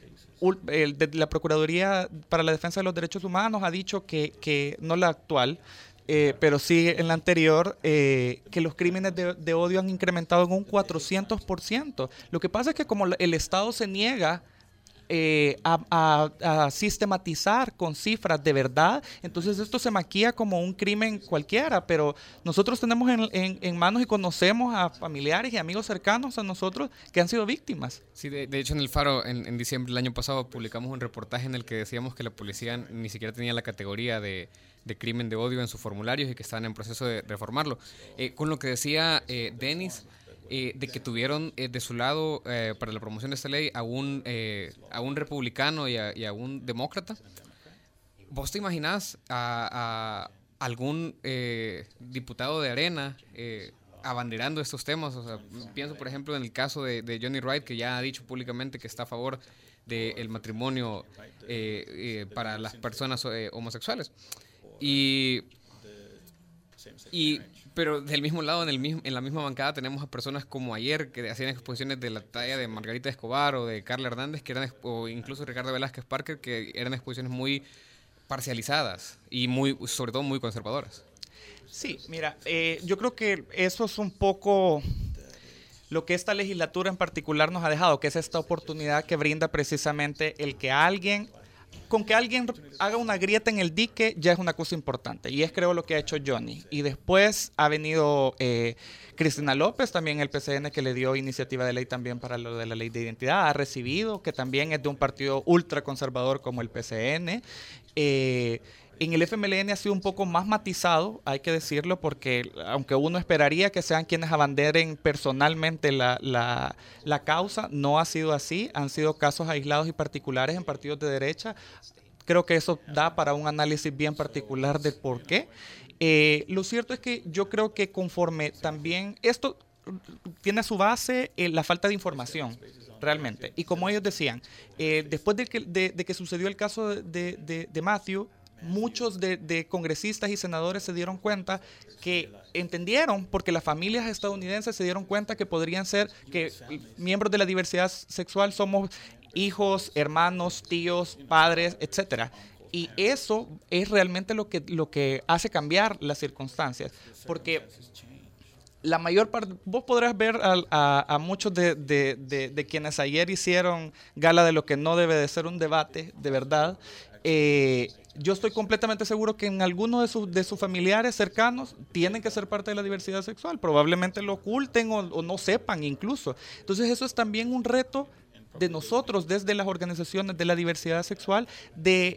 el de la Procuraduría para la Defensa de los Derechos Humanos ha dicho que, que no la actual, eh, pero sí en la anterior, eh, que los crímenes de, de odio han incrementado en un cuatrocientos por ciento. Lo que pasa es que como el Estado se niega Eh, a, a, a sistematizar con cifras de verdad, entonces esto se maquilla como un crimen cualquiera, pero nosotros tenemos en, en, en manos y conocemos a familiares y amigos cercanos a nosotros que han sido víctimas. Sí, de, de hecho en el Faro en, en diciembre del año pasado publicamos un reportaje en el que decíamos que la policía ni siquiera tenía la categoría de, de crimen de odio en sus formularios y que estaban en proceso de reformarlo. Eh, con lo que decía eh, Denis, Eh, de que tuvieron eh, de su lado eh, para la promoción de esta ley a un, eh, a un republicano y a, y a un demócrata. ¿Vos te imaginás a, a algún eh, diputado de Arena eh, abanderando estos temas? O sea, pienso, por ejemplo, en el caso de, de Johnny Wright, que ya ha dicho públicamente que está a favor del matrimonio eh, eh, para las personas eh, homosexuales. Y... y pero del mismo lado, en, el mismo, en la misma bancada, tenemos a personas como ayer que hacían exposiciones de la talla de Margarita Escobar o de Carla Hernández, que eran, o incluso Ricardo Velázquez Parker, que eran exposiciones muy parcializadas y muy, sobre todo muy conservadoras. Sí, mira, eh, yo creo que eso es un poco lo que esta legislatura en particular nos ha dejado, que es esta oportunidad que brinda precisamente el que alguien... Con que alguien haga una grieta en el dique ya es una cosa importante, y es creo lo que ha hecho Johnny. Y después ha venido eh, Cristina López, también el P C N, que le dio iniciativa de ley también para lo de la ley de identidad, ha recibido, que también es de un partido ultraconservador como el P C N. Eh, En el F M L N ha sido un poco más matizado, hay que decirlo, porque aunque uno esperaría que sean quienes abanderen personalmente la, la, la causa, no ha sido así. Han sido casos aislados y particulares en partidos de derecha. Creo que eso da para un análisis bien particular del por qué. Eh, lo cierto es que yo creo que conforme también esto tiene a su base eh, la falta de información. Realmente. Y como ellos decían, eh, después de que, de, de que sucedió el caso de, de, de Matthew, muchos de, de congresistas y senadores se dieron cuenta que entendieron, porque las familias estadounidenses se dieron cuenta que podrían ser, que miembros de la diversidad sexual somos hijos, hermanos, tíos, padres, etcétera. Y eso es realmente lo que, lo que hace cambiar las circunstancias, porque la mayor parte, vos podrás ver a, a, a muchos de, de, de, de quienes ayer hicieron gala de lo que no debe de ser un debate, de verdad. Eh, yo estoy completamente seguro que en algunos de sus, de sus familiares cercanos tienen que ser parte de la diversidad sexual. Probablemente lo oculten o, o no sepan incluso. Entonces eso es también un reto de nosotros desde las organizaciones de la diversidad sexual de,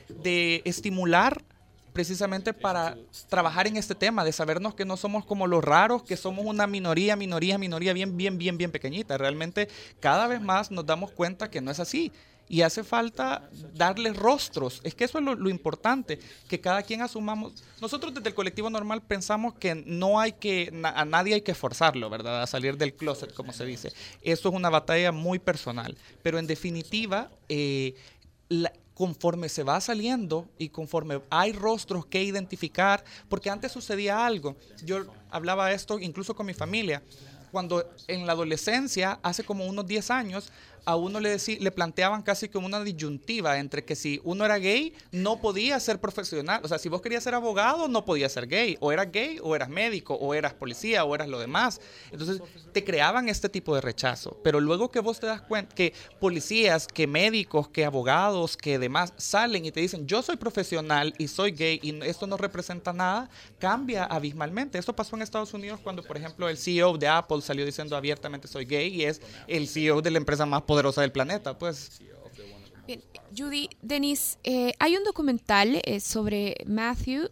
de estimular precisamente para trabajar en este tema, de sabernos que no somos como los raros, que somos una minoría, minoría, minoría bien, bien, bien, bien pequeñita. Realmente cada vez más nos damos cuenta que no es así. Y hace falta darles rostros. Es que eso es lo, lo importante, que cada quien asumamos. Nosotros desde el colectivo normal pensamos que no hay que, a nadie hay que forzarlo, ¿verdad? A salir del closet, como se dice. Eso es una batalla muy personal. Pero en definitiva, eh, la, conforme se va saliendo y conforme hay rostros que identificar, porque antes sucedía algo. Yo hablaba esto incluso con mi familia. Cuando en la adolescencia, hace como unos diez años, a uno le, decí, le planteaban casi como una disyuntiva entre que si uno era gay, no podía ser profesional. O sea, si vos querías ser abogado, no podías ser gay. O eras gay, o eras médico, o eras policía, o eras lo demás. Entonces, te creaban este tipo de rechazo. Pero luego que vos te das cuenta que policías, que médicos, que abogados, que demás salen y te dicen, yo soy profesional y soy gay y esto no representa nada, cambia abismalmente. Esto pasó en Estados Unidos cuando, por ejemplo, el C E O de Apple salió diciendo abiertamente soy gay y es el C E O de la empresa más poderosa del planeta, pues. Bien, Judy, Denis, eh, hay un documental eh, sobre Matthew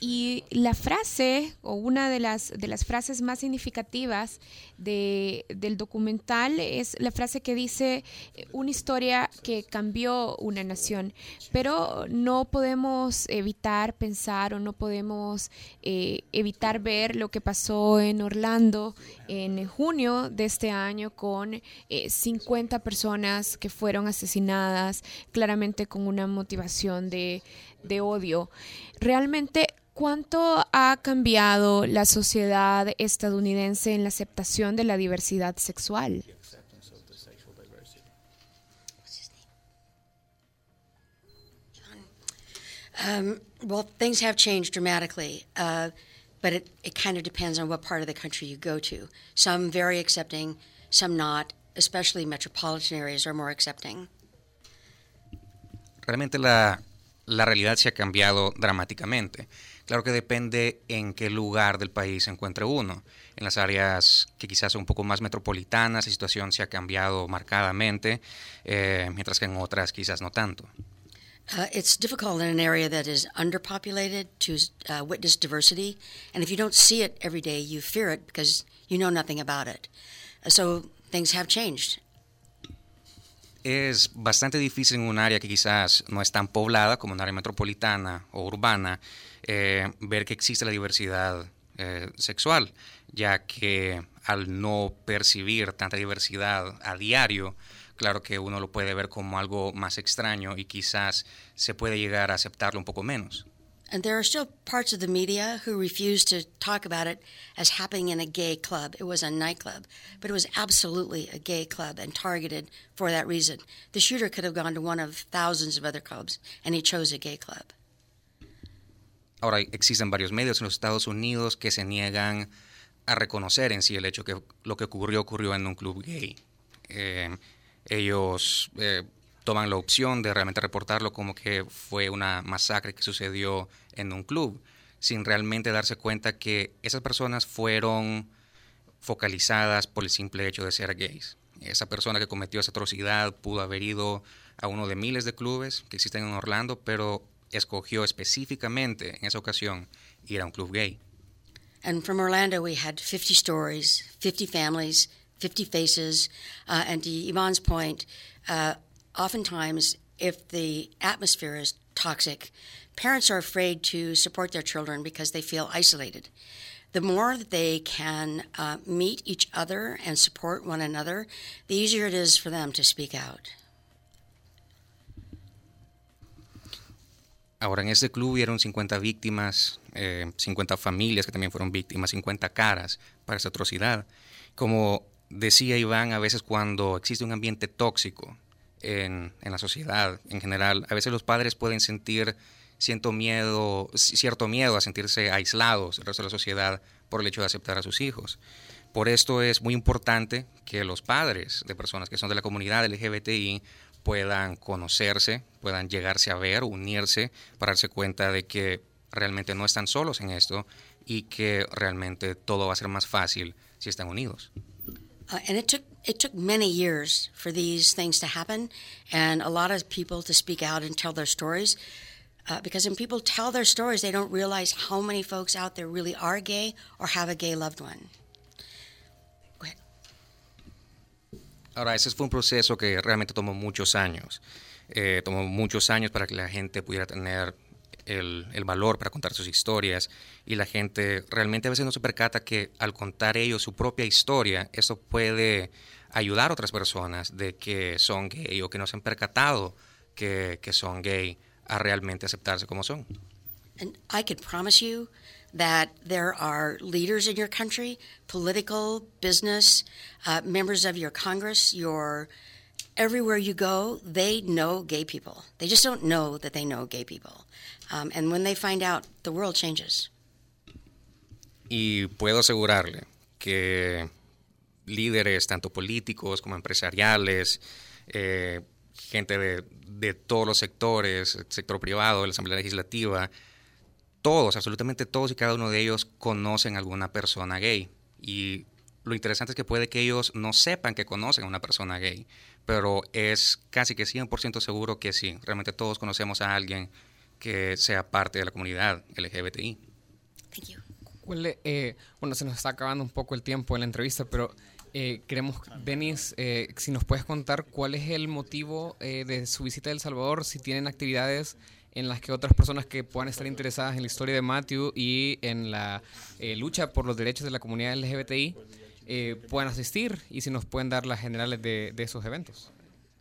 y la frase o una de las de las frases más significativas de, del documental es la frase que dice una historia que cambió una nación, pero no podemos evitar pensar o no podemos eh, evitar ver lo que pasó en Orlando en junio de este año con eh, cincuenta personas que fueron asesinadas claramente con una motivación de, de odio. Realmente, ¿cuánto ha cambiado la sociedad estadounidense en la aceptación de la diversidad sexual? Um, well, things have changed dramatically, uh, but it, it kind of depends on what part of the country you go to. Some very accepting, some not, especially metropolitan areas are more accepting. Realmente la, la realidad se ha cambiado dramáticamente. Claro que depende en qué lugar del país se encuentre uno. En las áreas que quizás son un poco más metropolitanas, la situación se ha cambiado marcadamente, eh, mientras que en otras quizás no tanto. Uh, it's difficult in an area that is underpopulated to uh, witness diversity, and if you don't see it every day, you fear it because you know nothing about it. Uh, so things have changed. Es bastante difícil en un área que quizás no es tan poblada como un área metropolitana o urbana eh, ver que existe la diversidad eh, sexual, ya que al no percibir tanta diversidad a diario, claro que uno lo puede ver como algo más extraño y quizás se puede llegar a aceptarlo un poco menos. And there are still parts of the media who refuse to talk about it as happening in a gay club. It was a nightclub, but it was absolutely a gay club and targeted for that reason. The shooter could have gone to one of thousands of other clubs, and he chose a gay club. Ahora, existen varios medios en los Estados Unidos que se niegan a reconocer en sí el hecho que lo que ocurrió ocurrió en un club gay. Eh, ellos eh, toman la opción de realmente reportarlo como que fue una masacre que sucedió en un club, sin realmente darse cuenta que esas personas fueron focalizadas por el simple hecho de ser gays. Esa persona que cometió esa atrocidad pudo haber ido a uno de miles de clubes que existen en Orlando, pero escogió específicamente en esa ocasión ir a un club gay. And from Orlando we had fifty stories, fifty families, fifty faces, uh, and to Yvonne's point, uh, oftentimes if the atmosphere is toxic, parents are afraid to support their children because they feel isolated. The more that they can uh, meet each other and support one another, the easier it is for them to speak out. Ahora, en este club hubieron cincuenta víctimas, eh, cincuenta familias que también fueron víctimas, cincuenta caras para esa atrocidad. Como decía Iván, a veces cuando existe un ambiente tóxico en, en la sociedad en general, a veces los padres pueden sentir cierto miedo, cierto miedo a sentirse aislados del resto de la sociedad por el hecho de aceptar a sus hijos. Por esto es muy importante que los padres de personas que son de la comunidad L G B T I puedan conocerse, puedan llegarse a ver, unirse, para darse cuenta de que realmente no están solos en esto y que realmente todo va a ser más fácil si están unidos. Uh, and it took it took many years for these things to happen, and a lot of people to speak out and tell their stories. Uh, because when people tell their stories, they don't realize how many folks out there really are gay or have a gay loved one. Go ahead. Ahora, ese fue un proceso que realmente tomó muchos años. Eh, tomó muchos años para que la gente pudiera tener el, el valor para contar sus historias, y la gente realmente a veces no se percata que al contar ellos su propia historia, eso puede ayudar a otras personas de que son gay o que no se han percatado que, que son gay a realmente aceptarse como son. And I could promise you that there are leaders in your country, political, business, uh, members of your Congress, your everywhere you go, they know gay people. They just don't know that they know gay people. Um, and when they find out, the world changes. Y puedo asegurarle que líderes, tanto políticos como empresariales, eh, gente de, de todos los sectores, el sector privado, la Asamblea Legislativa, todos, absolutamente todos y cada uno de ellos conocen a alguna persona gay. Y lo interesante es que puede que ellos no sepan que conocen a una persona gay, pero es casi que cien por ciento seguro que sí, realmente todos conocemos a alguien que sea parte de la comunidad L G B T I. Thank you. Well, eh, bueno, se nos está acabando un poco el tiempo en la entrevista, pero eh, queremos, Denis, eh, si nos puedes contar cuál es el motivo eh, de su visita a El Salvador, si tienen actividades en las que otras personas que puedan estar interesadas en la historia de Matthew y en la eh, lucha por los derechos de la comunidad L G B T I eh, puedan asistir, y si nos pueden dar las generales de, de esos eventos.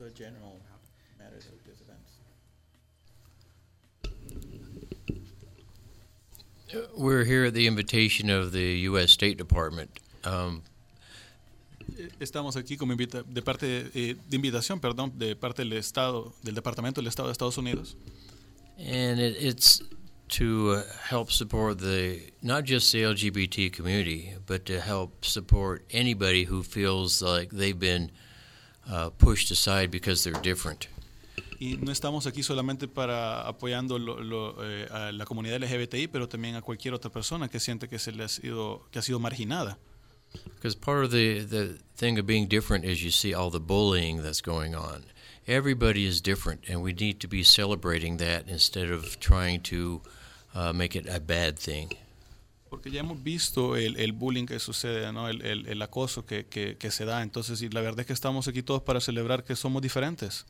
We're here at the invitation of the U S State Department. Um, Estamos aquí como invita de parte eh, de invitación, perdón, de parte del Estado, del Departamento del Estado de Estados Unidos. And it, it's to uh, help support the not just the L G B T community, but to help support anybody who feels like they've been uh, pushed aside because they're different. Y no estamos aquí solamente para apoyando lo, lo, eh, a la comunidad L G B T I, pero también a cualquier otra persona que siente que se le ha sido que ha sido marginada. Because part of the the thing of being different is you see all the bullying that's going on. Everybody is different, and we need to be celebrating that instead of trying to uh, make it a bad thing. Porque ya hemos visto el, el bullying que sucede, ¿no? el, el, el acoso que, que, que se da. Entonces, y la verdad es que estamos aquí todos para celebrar que somos diferentes.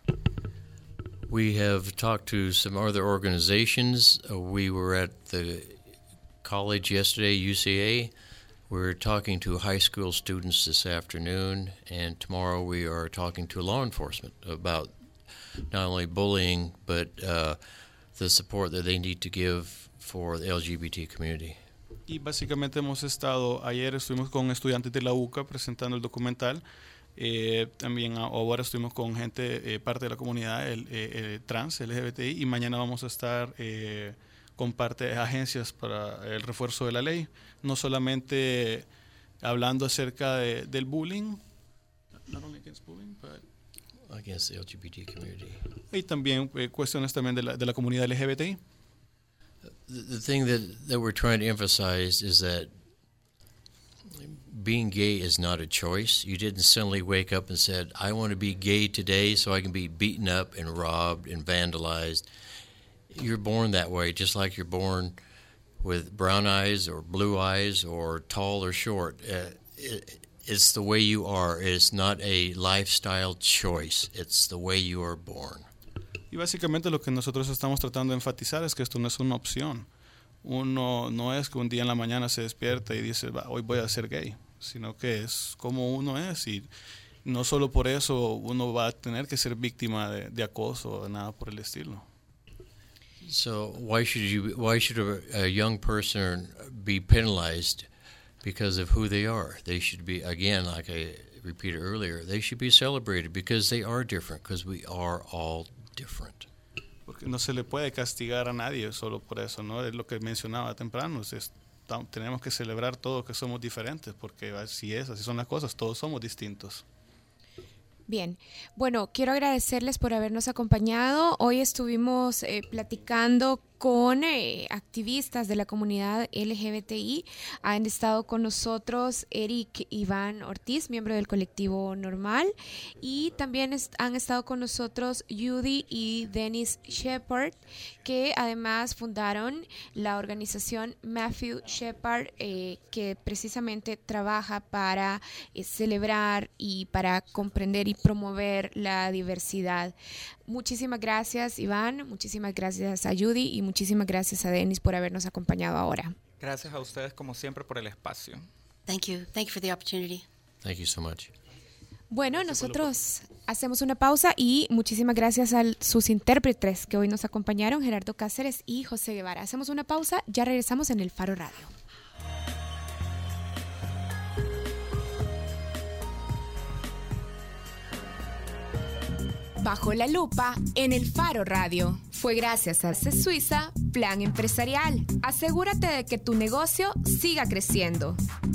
We have talked to some other organizations. Uh, we were at the college yesterday, U C A. We're talking to high school students this afternoon, and tomorrow we are talking to law enforcement about not only bullying, but uh, the support that they need to give for the L G B T community. Y básicamente hemos estado, ayer estuvimos con estudiantes de la U C A presentando el documental. Eh, también ahora estuvimos con gente, eh, parte de la comunidad el, eh, trans, L G B T I, y mañana vamos a estar eh, con parte de agencias para el refuerzo de la ley, no solamente hablando acerca de, del bullying, not only against bullying, but against the L G B T community. Y también eh, cuestiones también de la, de la comunidad L G B T I. The, the thing that, that we're trying to emphasize is that being gay is not a choice. You didn't suddenly wake up and said, I want to be gay today so I can be beaten up and robbed and vandalized. You're born that way, just like you're born with brown eyes or blue eyes or tall or short. Uh, it, it's the way you are. It's not a lifestyle choice. It's the way you are born. Y básicamente lo que nosotros estamos tratando de enfatizar es que esto no es una opción. Uno no es que un día en la mañana se despierta y dice, hoy voy a ser gay, sino que es como uno es, y no solo por eso uno va a tener que ser víctima de, de acoso o nada por el estilo. So why should you why should a, a young person be penalized because of who they are? They should be, again, like I repeated earlier, they should be celebrated because they are different, because we are all different. Porque no se le puede castigar a nadie solo por eso, ¿no? Es lo que mencionaba temprano. Es, tenemos que celebrar todos que somos diferentes, porque así es, así son las cosas, todos somos distintos. Bien, bueno, quiero agradecerles por habernos acompañado. Hoy estuvimos eh, platicando con eh, activistas de la comunidad L G B T I. Han estado con nosotros Eric Iván Ortiz, miembro del colectivo Normal, y también est- han estado con nosotros Judy y Dennis Shepard, que además fundaron la organización Matthew Shepard, eh, que precisamente trabaja para eh, celebrar y para comprender y promover la diversidad. Muchísimas gracias, Iván, muchísimas gracias a Judy y muchísimas gracias a Dennis por habernos acompañado ahora. Gracias a ustedes, como siempre, por el espacio. Thank you. Thank you for the opportunity. Thank you so much. Bueno, nosotros hacemos una pausa y muchísimas gracias a sus intérpretes que hoy nos acompañaron, Gerardo Cáceres y José Guevara. Hacemos una pausa, ya regresamos en el Faro Radio. Bajo la lupa en el Faro Radio. Fue gracias a C Suiza Plan Empresarial. Asegúrate de que tu negocio siga creciendo.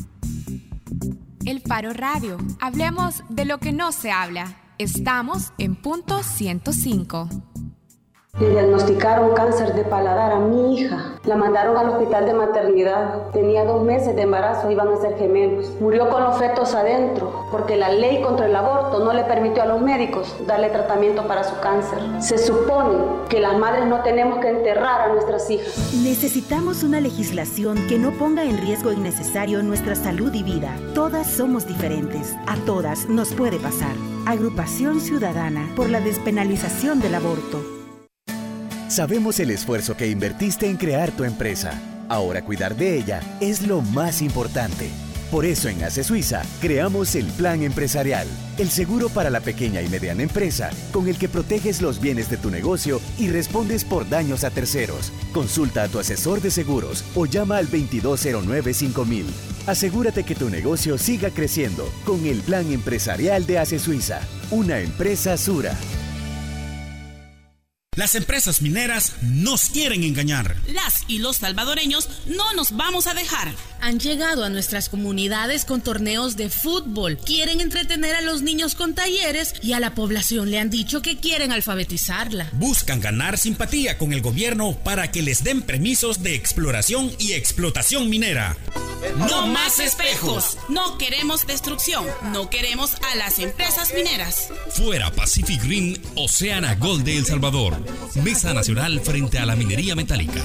El Faro Radio. Hablemos de lo que no se habla. Estamos en punto ciento cinco. Le diagnosticaron cáncer de paladar a mi hija. La mandaron al hospital de maternidad. Tenía dos meses de embarazo, iban a ser gemelos. Murió con los fetos adentro, porque la ley contra el aborto no le permitió a los médicos darle tratamiento para su cáncer. Se supone que las madres no tenemos que enterrar a nuestras hijas. Necesitamos una legislación que no ponga en riesgo innecesario nuestra salud y vida. Todas somos diferentes. A todas nos puede pasar. Agrupación Ciudadana por la despenalización del aborto. Sabemos el esfuerzo que invertiste en crear tu empresa. Ahora cuidar de ella es lo más importante. Por eso en ACE Suiza creamos el Plan Empresarial, el seguro para la pequeña y mediana empresa, con el que proteges los bienes de tu negocio y respondes por daños a terceros. Consulta a tu asesor de seguros o llama al veintidós cero nueve cinco mil. Asegúrate que tu negocio siga creciendo con el Plan Empresarial de ACE Suiza, una empresa Sura. Las empresas mineras nos quieren engañar. Las y los salvadoreños no nos vamos a dejar. Han llegado a nuestras comunidades con torneos de fútbol. Quieren entretener a los niños con talleres y a la población le han dicho que quieren alfabetizarla. Buscan ganar simpatía con el gobierno para que les den permisos de exploración y explotación minera. No más espejos. No queremos destrucción. No queremos a las empresas mineras. Fuera Pacific Green, Oceana Gold de El Salvador. Mesa Nacional frente a la minería metálica.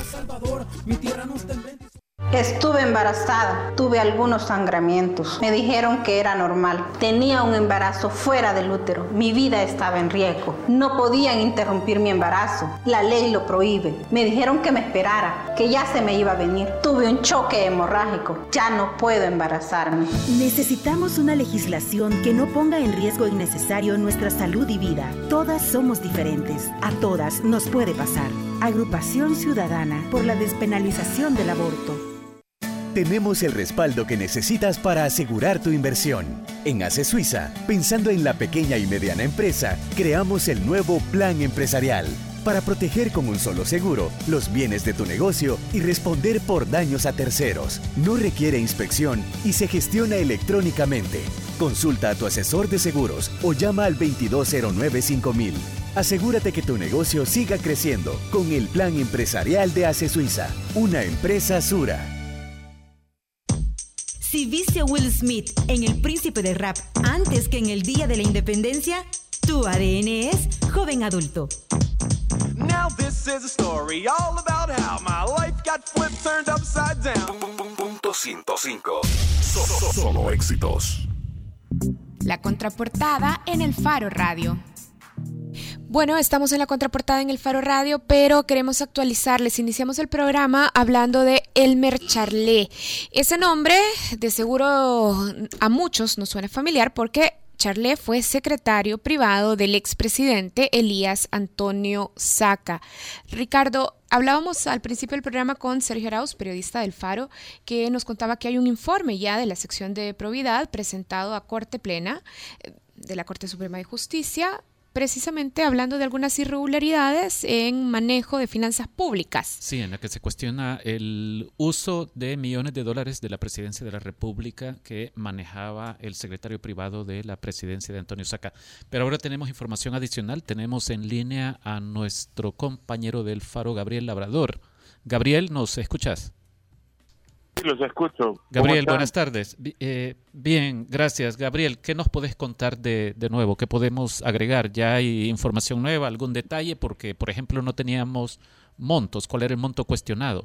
Estuve embarazada, tuve algunos sangramientos. Me dijeron que era normal. Tenía un embarazo fuera del útero. Mi vida estaba en riesgo. No podían interrumpir mi embarazo. La ley lo prohíbe. Me dijeron que me esperara, que ya se me iba a venir. Tuve un choque hemorrágico. Ya no puedo embarazarme. Necesitamos una legislación que no ponga en riesgo innecesario nuestra salud y vida. Todas somos diferentes. A todas nos puede pasar. Agrupación Ciudadana por la despenalización del aborto. Tenemos el respaldo que necesitas para asegurar tu inversión. En A C E Suiza, pensando en la pequeña y mediana empresa, creamos el nuevo Plan Empresarial para proteger con un solo seguro los bienes de tu negocio y responder por daños a terceros. No requiere inspección y se gestiona electrónicamente. Consulta a tu asesor de seguros o llama al veintidós cero nueve cinco mil. Asegúrate que tu negocio siga creciendo con el Plan Empresarial de A C E Suiza, una empresa Sura. Si viste a Will Smith en El Príncipe de Rap antes que en el Día de la Independencia, tu A D N es joven adulto. Now this is a story all about how my life got flipped, turned upside down. Punto ciento cinco. Solo, solo éxitos. La contraportada en el Faro Radio. Bueno, estamos en la contraportada en el Faro Radio, pero queremos actualizarles. Iniciamos el programa hablando de Elmer Charlé. Ese nombre, de seguro a muchos nos suena familiar porque Charlé fue secretario privado del expresidente Elías Antonio Saca. Ricardo, hablábamos al principio del programa con Sergio Arauz, periodista del Faro, que nos contaba que hay un informe ya de la sección de probidad presentado a Corte Plena de la Corte Suprema de Justicia, precisamente hablando de algunas irregularidades en manejo de finanzas públicas. Sí, en la que se cuestiona el uso de millones de dólares de la Presidencia de la República que manejaba el secretario privado de la Presidencia de Antonio Saca. Pero ahora tenemos información adicional. Tenemos en línea a nuestro compañero del Faro, Gabriel Labrador. Gabriel, ¿nos escuchas? Sí, los escucho. Gabriel, buenas tardes. Eh, bien, gracias. Gabriel, ¿qué nos podés contar de, de nuevo? ¿Qué podemos agregar? ¿Ya hay información nueva, algún detalle? Porque, por ejemplo, no teníamos montos. ¿Cuál era el monto cuestionado?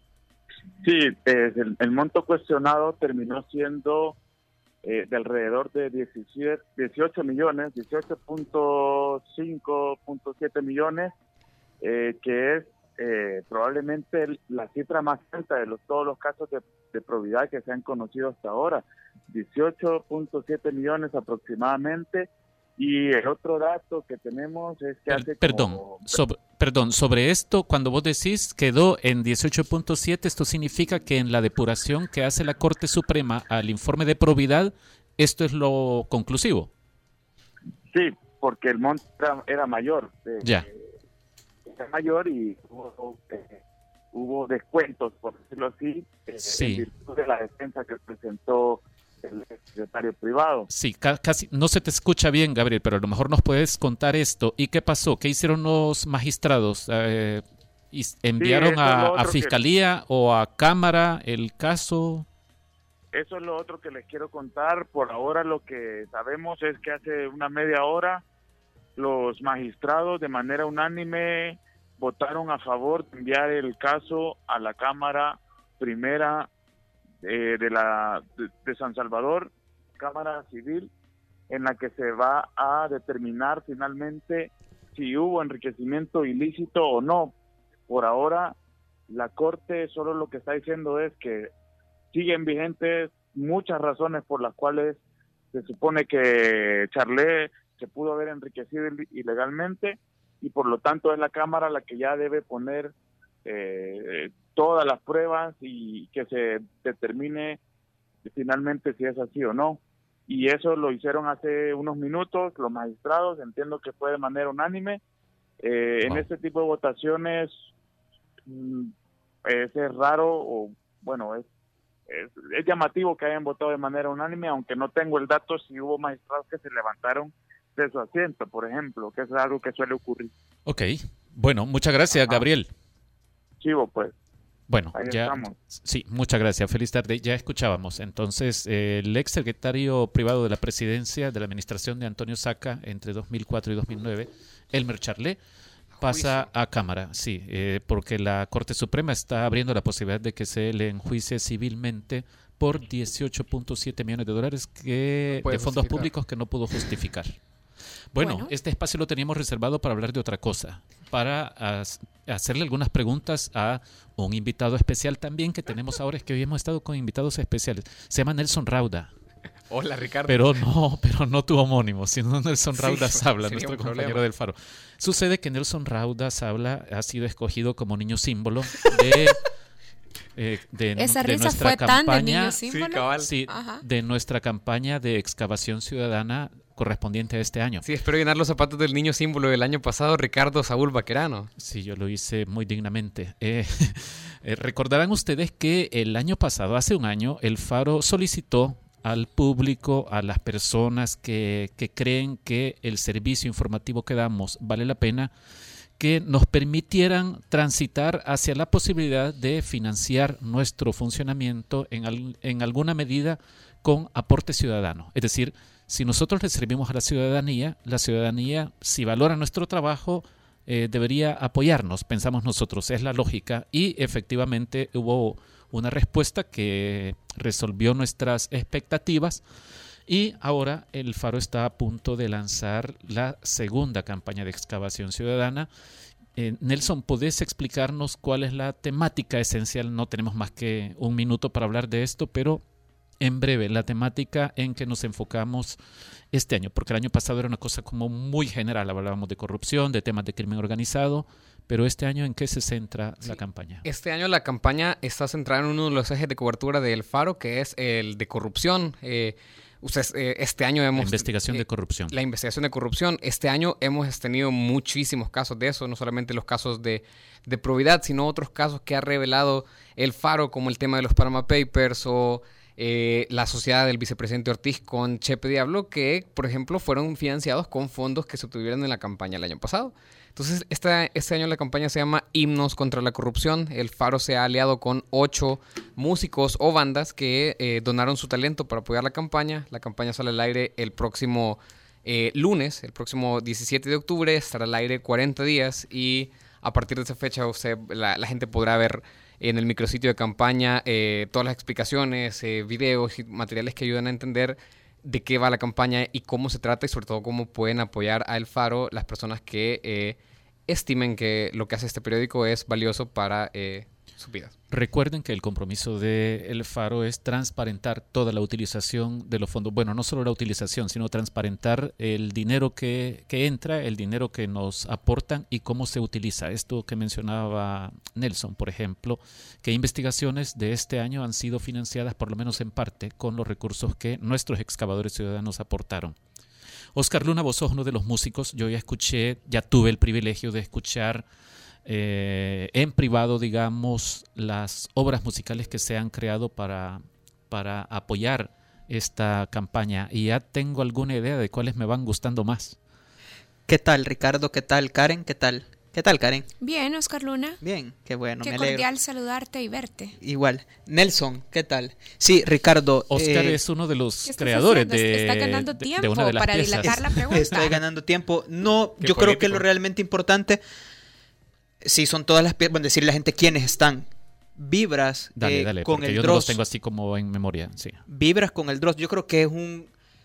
Sí, eh, el, el monto cuestionado terminó siendo eh, de alrededor de diecisiete, dieciocho millones, dieciocho punto cinco, punto siete millones, eh, que es Eh, probablemente el, la cifra más alta de los, todos los casos de, de probidad que se han conocido hasta ahora, dieciocho punto siete millones aproximadamente. Y el otro dato que tenemos es que hace Perdón, como... sobre, perdón, sobre esto, cuando vos decís quedó en dieciocho punto siete, esto significa que en la depuración que hace la Corte Suprema al informe de probidad, esto es lo conclusivo. Sí, porque el monto era, era mayor. Eh, ya. mayor y hubo, eh, hubo descuentos, por decirlo así, eh, sí. en virtud de la defensa que presentó el secretario privado. Sí, ca- casi no se te escucha bien, Gabriel, pero a lo mejor nos puedes contar esto. ¿Y qué pasó? ¿Qué hicieron los magistrados? Eh, ¿Enviaron sí, a, a Fiscalía que... o a Cámara el caso? Eso es lo otro que les quiero contar. Por ahora lo que sabemos es que hace una media hora los magistrados de manera unánime votaron a favor de enviar el caso a la Cámara Primera eh, de la de, de San Salvador, Cámara Civil, en la que se va a determinar finalmente si hubo enriquecimiento ilícito o no. Por ahora, la Corte solo lo que está diciendo es que siguen vigentes muchas razones por las cuales se supone que Charlé se pudo haber enriquecido ilegalmente, y por lo tanto es la Cámara la que ya debe poner eh, todas las pruebas y que se determine finalmente si es así o no. Y eso lo hicieron hace unos minutos los magistrados, entiendo que fue de manera unánime, Eh, Wow. En este tipo de votaciones mm, es, es raro, o bueno, es, es, es llamativo que hayan votado de manera unánime, aunque no tengo el dato si hubo magistrados que se levantaron de su asiento, por ejemplo, que es algo que suele ocurrir. Ok, bueno, muchas gracias, Ajá. Gabriel. Chivo, pues. Bueno, Ahí ya, estamos. sí, muchas gracias. Feliz tarde. Ya escuchábamos. Entonces, eh, el ex secretario privado de la presidencia de la administración de Antonio Saca entre dos mil cuatro y dos mil nueve, Elmer Charlet, pasa a Cámara, sí, eh, porque la Corte Suprema está abriendo la posibilidad de que se le enjuicie civilmente por dieciocho punto siete millones de dólares que, No puede de fondos justificar. públicos que no pudo justificar. Bueno, Bueno. este espacio lo teníamos reservado para hablar de otra cosa, para as- hacerle algunas preguntas a un invitado especial también que tenemos ahora, es que hoy hemos estado con invitados especiales. Se llama Nelson Rauda. Hola, Ricardo. Pero no, pero no tu homónimo, sino Nelson Sí, Raudas habla, sería nuestro un compañero problema. del Faro. Sucede que Nelson Raudas habla, ha sido escogido como niño símbolo de, eh, de, Esa de risa nuestra fue tan de campaña, niño símbolo. Sí, cabal. sí, Ajá. de nuestra campaña de excavación ciudadana correspondiente a este año. Sí, espero llenar los zapatos del niño símbolo del año pasado, Ricardo Saúl Baquerano. Sí, yo lo hice muy dignamente. Eh, eh, recordarán ustedes que el año pasado, hace un año, el Faro solicitó al público, a las personas que, que creen que el servicio informativo que damos vale la pena, que nos permitieran transitar hacia la posibilidad de financiar nuestro funcionamiento en, al- en alguna medida con aporte ciudadano. Es decir, si nosotros le servimos a la ciudadanía, la ciudadanía, si valora nuestro trabajo, eh, debería apoyarnos, pensamos nosotros, es la lógica. Y efectivamente hubo una respuesta que resolvió nuestras expectativas. Y ahora el Faro está a punto de lanzar la segunda campaña de excavación ciudadana. Eh, Nelson, ¿podés explicarnos cuál es la temática esencial? No tenemos más que un minuto para hablar de esto, pero en breve, la temática en que nos enfocamos este año, porque el año pasado era una cosa como muy general, hablábamos de corrupción, de temas de crimen organizado, pero este año, ¿en qué se centra la campaña? Este año la campaña está centrada en uno de los ejes de cobertura del Faro, que es el de corrupción. Eh, ustedes, eh, este año hemos... La investigación eh, de corrupción. La investigación de corrupción. Este año hemos tenido muchísimos casos de eso, no solamente los casos de, de probidad, sino otros casos que ha revelado el Faro, como el tema de los Panama Papers o eh, la sociedad del vicepresidente Ortiz con Chepe Diablo, que, por ejemplo, fueron financiados con fondos que se obtuvieron en la campaña el año pasado. Entonces, esta, este año la campaña se llama Himnos contra la Corrupción. El Faro se ha aliado con ocho músicos o bandas que eh, donaron su talento para apoyar la campaña. La campaña sale al aire el próximo eh, lunes, el próximo diecisiete de octubre. Estará al aire cuarenta días y a partir de esa fecha usted, la, la gente podrá ver en el micrositio de campaña eh, todas las explicaciones, eh, videos y materiales que ayudan a entender de qué va la campaña y cómo se trata y sobre todo cómo pueden apoyar a El Faro las personas que eh, estimen que lo que hace este periódico es valioso para eh, sus vidas. Recuerden que el compromiso de El Faro es transparentar toda la utilización de los fondos. Bueno, no solo la utilización, sino transparentar el dinero que, que entra, el dinero que nos aportan y cómo se utiliza. Esto que mencionaba Nelson, por ejemplo, que investigaciones de este año han sido financiadas por lo menos en parte con los recursos que nuestros excavadores ciudadanos aportaron. Oscar Luna, vos sos uno de los músicos. Yo ya escuché, ya tuve el privilegio de escuchar Eh, en privado, digamos, las obras musicales que se han creado para, para apoyar esta campaña y ya tengo alguna idea de cuáles me van gustando más. ¿Qué tal, Ricardo? ¿Qué tal, Karen? ¿Qué tal? ¿Qué tal, Karen? Bien, Oscar Luna. Bien, qué bueno, Qué me alegro. cordial saludarte y verte. Igual. Nelson, ¿qué tal? Sí, Ricardo. Oscar eh, es uno de los ¿Qué estás creadores haciendo? de, Está ganando de- tiempo de una de las para piezas. dilatar la pregunta. Estoy ganando tiempo. No, Qué yo creo que político. lo realmente importante, sí, son todas las piezas, bueno, decirle a la gente quiénes están. Vibras Dale, eh, dale, con porque el yo no los Dross. tengo así como en memoria. Sí. Vibras con el Dross. Yo creo que es un...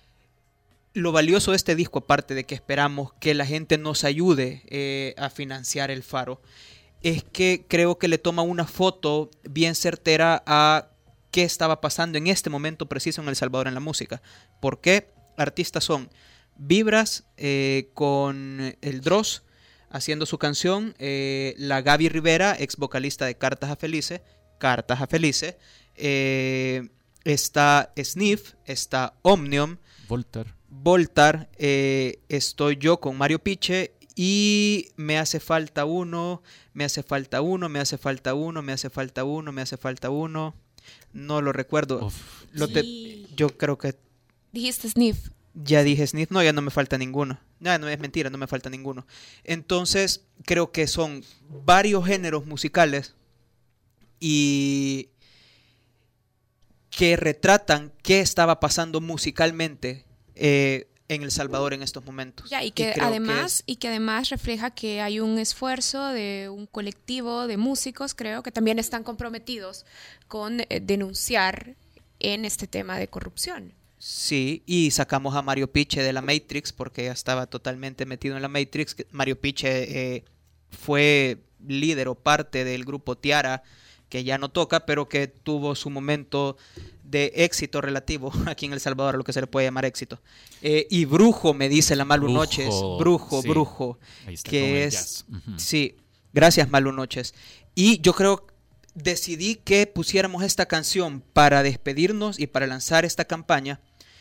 Lo valioso de este disco, aparte de que esperamos que la gente nos ayude eh, a financiar El Faro, es que creo que le toma una foto bien certera a qué estaba pasando en este momento preciso en El Salvador en la música. ¿Por qué? Artistas son Vibras eh, con el Dross haciendo su canción, eh, la Gaby Rivera, ex vocalista de Cartas a Felice, Cartas a Felice, eh, está Sniff, está Omnium, Voltaire. Voltar, eh, estoy yo con Mario Piche y me hace falta uno, me hace falta uno, me hace falta uno, me hace falta uno, me hace falta uno. No lo recuerdo. Uf, lo sí. te, yo creo que... Dijiste Sniff. Ya dije Sniff. No, ya no me falta ninguno. No, no es mentira, no me falta ninguno. Entonces, creo que son varios géneros musicales y que retratan qué estaba pasando musicalmente eh, en El Salvador en estos momentos. Ya, y que y además que y que además refleja que hay un esfuerzo de un colectivo de músicos, creo, que también están comprometidos con eh, denunciar en este tema de corrupción. Sí, y sacamos a Mario Piche de la Matrix porque ya estaba totalmente metido en la Matrix. Mario Piche eh, fue líder o parte del grupo Tiara, que ya no toca, pero que tuvo su momento de éxito relativo aquí en El Salvador, a lo que se le puede llamar éxito. Eh, y Brujo, me dice la Malu Brujo, Noches. Brujo, sí. Brujo. Ahí está, que es jazz. Uh-huh. Sí, gracias Malu Noches. Y yo creo, decidí que pusiéramos esta canción para despedirnos y para lanzar esta campaña,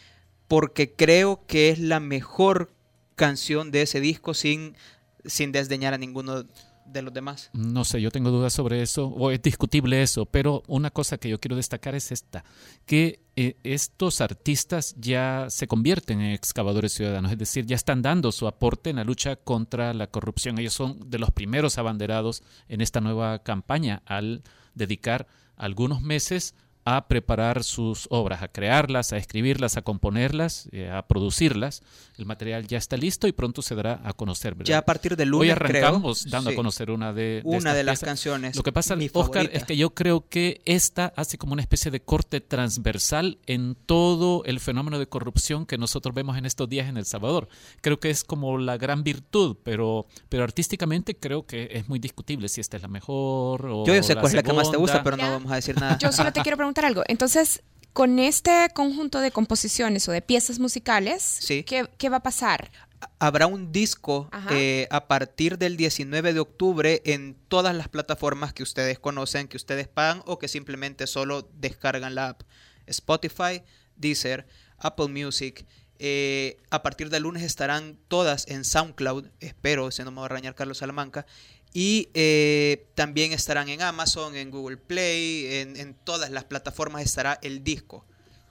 porque creo que es la mejor canción de ese disco sin, sin desdeñar a ninguno de los demás. No sé, yo tengo dudas sobre eso, o es discutible eso, pero una cosa que yo quiero destacar es esta, que eh, estos artistas ya se convierten en excavadores ciudadanos, es decir, ya están dando su aporte en la lucha contra la corrupción. Ellos son de los primeros abanderados en esta nueva campaña al dedicar algunos meses a preparar sus obras, a crearlas, a escribirlas, a componerlas, eh, a producirlas. El material ya está listo y pronto se dará a conocer, ¿verdad? Ya a partir del lunes, Hoy arrancamos creo, dando sí. a conocer una de, de una de las piezas. canciones. Lo que pasa, mi Oscar, favorita. es que yo creo que esta hace como una especie de corte transversal en todo el fenómeno de corrupción que nosotros vemos en estos días en El Salvador. Creo que es como la gran virtud, pero, pero artísticamente creo que es muy discutible si esta es la mejor o Yo, yo sé la cuál es la que más te gusta, segunda. pero no vamos a decir nada. Yo solo te quiero preguntar algo. Entonces, con este conjunto de composiciones o de piezas musicales, Sí. ¿qué, qué va a pasar? Habrá un disco eh, a partir del diecinueve de octubre en todas las plataformas que ustedes conocen, que ustedes pagan o que simplemente solo descargan la app. Spotify, Deezer, Apple Music. Eh, a partir del lunes estarán todas en SoundCloud, espero, si no me va a arañar Carlos Salamanca. Y eh, también estarán en Amazon, en Google Play, en, en todas las plataformas estará el disco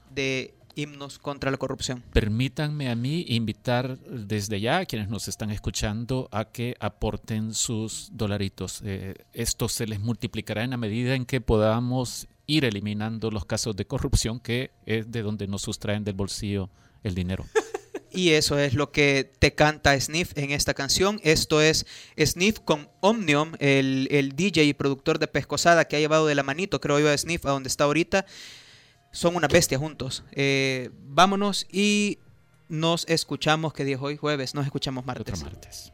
de Himnos contra la Corrupción. Permítanme a mí invitar desde ya a quienes nos están escuchando a que aporten sus dolaritos. Eh, esto se les multiplicará en la medida en que podamos ir eliminando los casos de corrupción, que es de donde nos sustraen del bolsillo el dinero. Y eso es lo que te canta Sniff en esta canción. Esto es Sniff con Omnium, el, el D J y productor de Pescosada que ha llevado de la manito, creo yo, a Sniff a donde está ahorita. Son una bestia juntos. Eh, vámonos y nos escuchamos, ¿qué día es hoy? Jueves, nos escuchamos martes. Otro martes.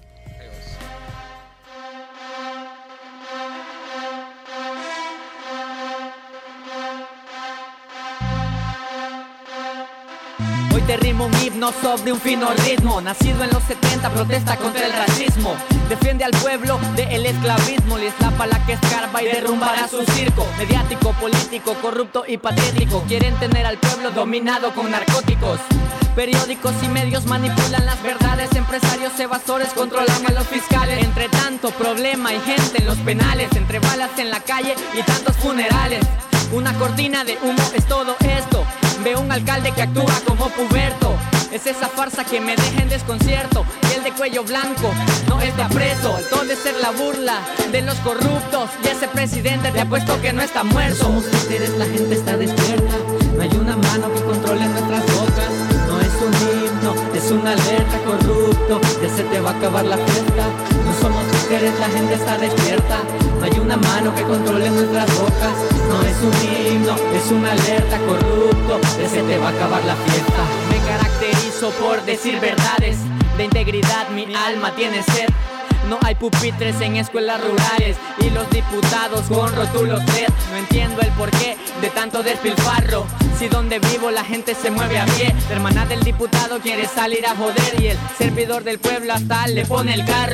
Hoy te rimo un himno sobre un fino ritmo. Nacido en los setenta, protesta contra el racismo. Defiende al pueblo del esclavismo. Le eslapa la que escarba y derrumbará su circo. Mediático, político, corrupto y patético. Quieren tener al pueblo dominado con narcóticos. Periódicos y medios manipulan las verdades. Empresarios evasores controlan a los fiscales. Entre tanto problema y gente en los penales. Entre balas en la calle y tantos funerales. Una cortina de humo es todo esto. Veo un alcalde que actúa como puberto. Es esa farsa que me deja en desconcierto. Y el de cuello blanco no está preso. Todo de ser la burla de los corruptos. Y ese presidente te apuesto que no está muerto. No somos títeres, la gente está despierta. No hay una mano que controle nuestras bocas. No es un himno, es una alerta corrupto. Ya se te va a acabar la fiesta. No somos títeres, la gente está despierta. No hay una mano que controle nuestras bocas. No es un himno, es una alerta corrupto. Ya se te va a acabar la fiesta. Me caracterizo por decir verdades. De integridad mi alma tiene sed. No hay pupitres en escuelas rurales. Y los diputados con rótulos D E D. No entiendo el porqué de tanto despilfarro. Si donde vivo la gente se mueve a pie. La hermana del diputado quiere salir a joder. Y el servidor del pueblo hasta le pone el carro.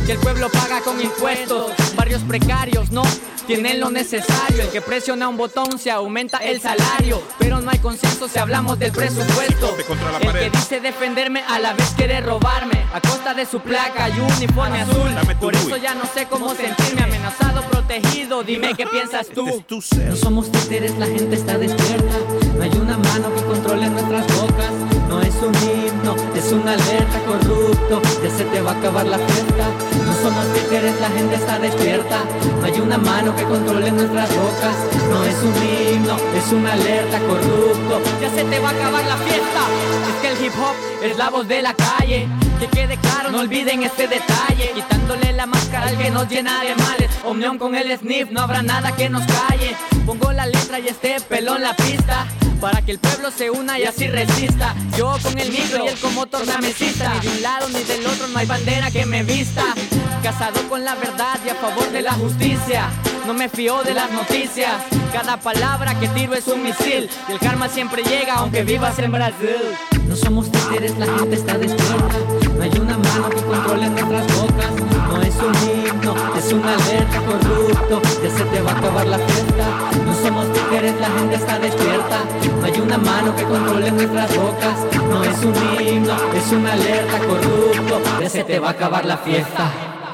que el pueblo paga con impuestos. Barrios precarios no tienen lo necesario. El que presiona un botón se aumenta el salario. Pero no hay consenso si hablamos del presupuesto. El que dice defenderme a la vez quiere robarme a costa de su placa y uniforme azul. Por eso ya no sé cómo sentirme amenazado, protegido. Dime qué piensas tú. No somos títeres, la gente está despierta. No hay una mano que controle nuestras bocas. No es un himno, es una alerta corrupto. Ya se te va a acabar la fiesta. No somos títeres, la gente está despierta. No hay una mano que controle nuestras bocas. No es un himno, es una alerta corrupto. Ya se te va a acabar la fiesta. Es que el hip hop es la voz de la calle. Que quede claro, no olviden este detalle. Quitándole la máscara al que nos llena de males. Omnium con el sniff, no habrá nada que nos calle. Pongo la letra y este pelón la pista, para que el pueblo se una y así resista. Yo con el micro y él como tornamesista. Ni de un lado ni del otro no hay bandera que me vista. Casado con la verdad y a favor de la justicia. No me fío de las noticias. Cada palabra que tiro es un misil. Y el karma siempre llega aunque vivas en Brasil. No somos títeres, la gente está despierta. No hay una mano que controle nuestras bocas. No es un himno, es una alerta corrupto. Ya se te va a acabar la fiesta. No somos títeres, la gente está despierta. No hay una mano que controle nuestras bocas. No es un himno, es una alerta corrupto. Ya se te va a acabar la fiesta.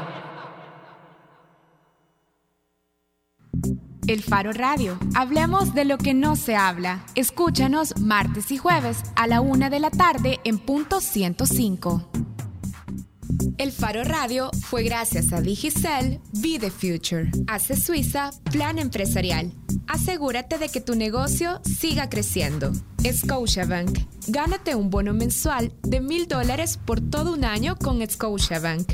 El Faro Radio. Hablemos de lo que no se habla. Escúchanos martes y jueves a la una de la tarde en punto ciento cinco. El Faro Radio fue gracias a Digicel, Be the Future. Hace Suiza, Plan Empresarial. Asegúrate de que tu negocio siga creciendo. Scotiabank. Gánate un bono mensual de mil dólares por todo un año con Scotiabank.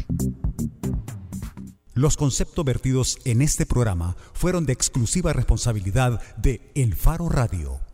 Los conceptos vertidos en este programa fueron de exclusiva responsabilidad de El Faro Radio.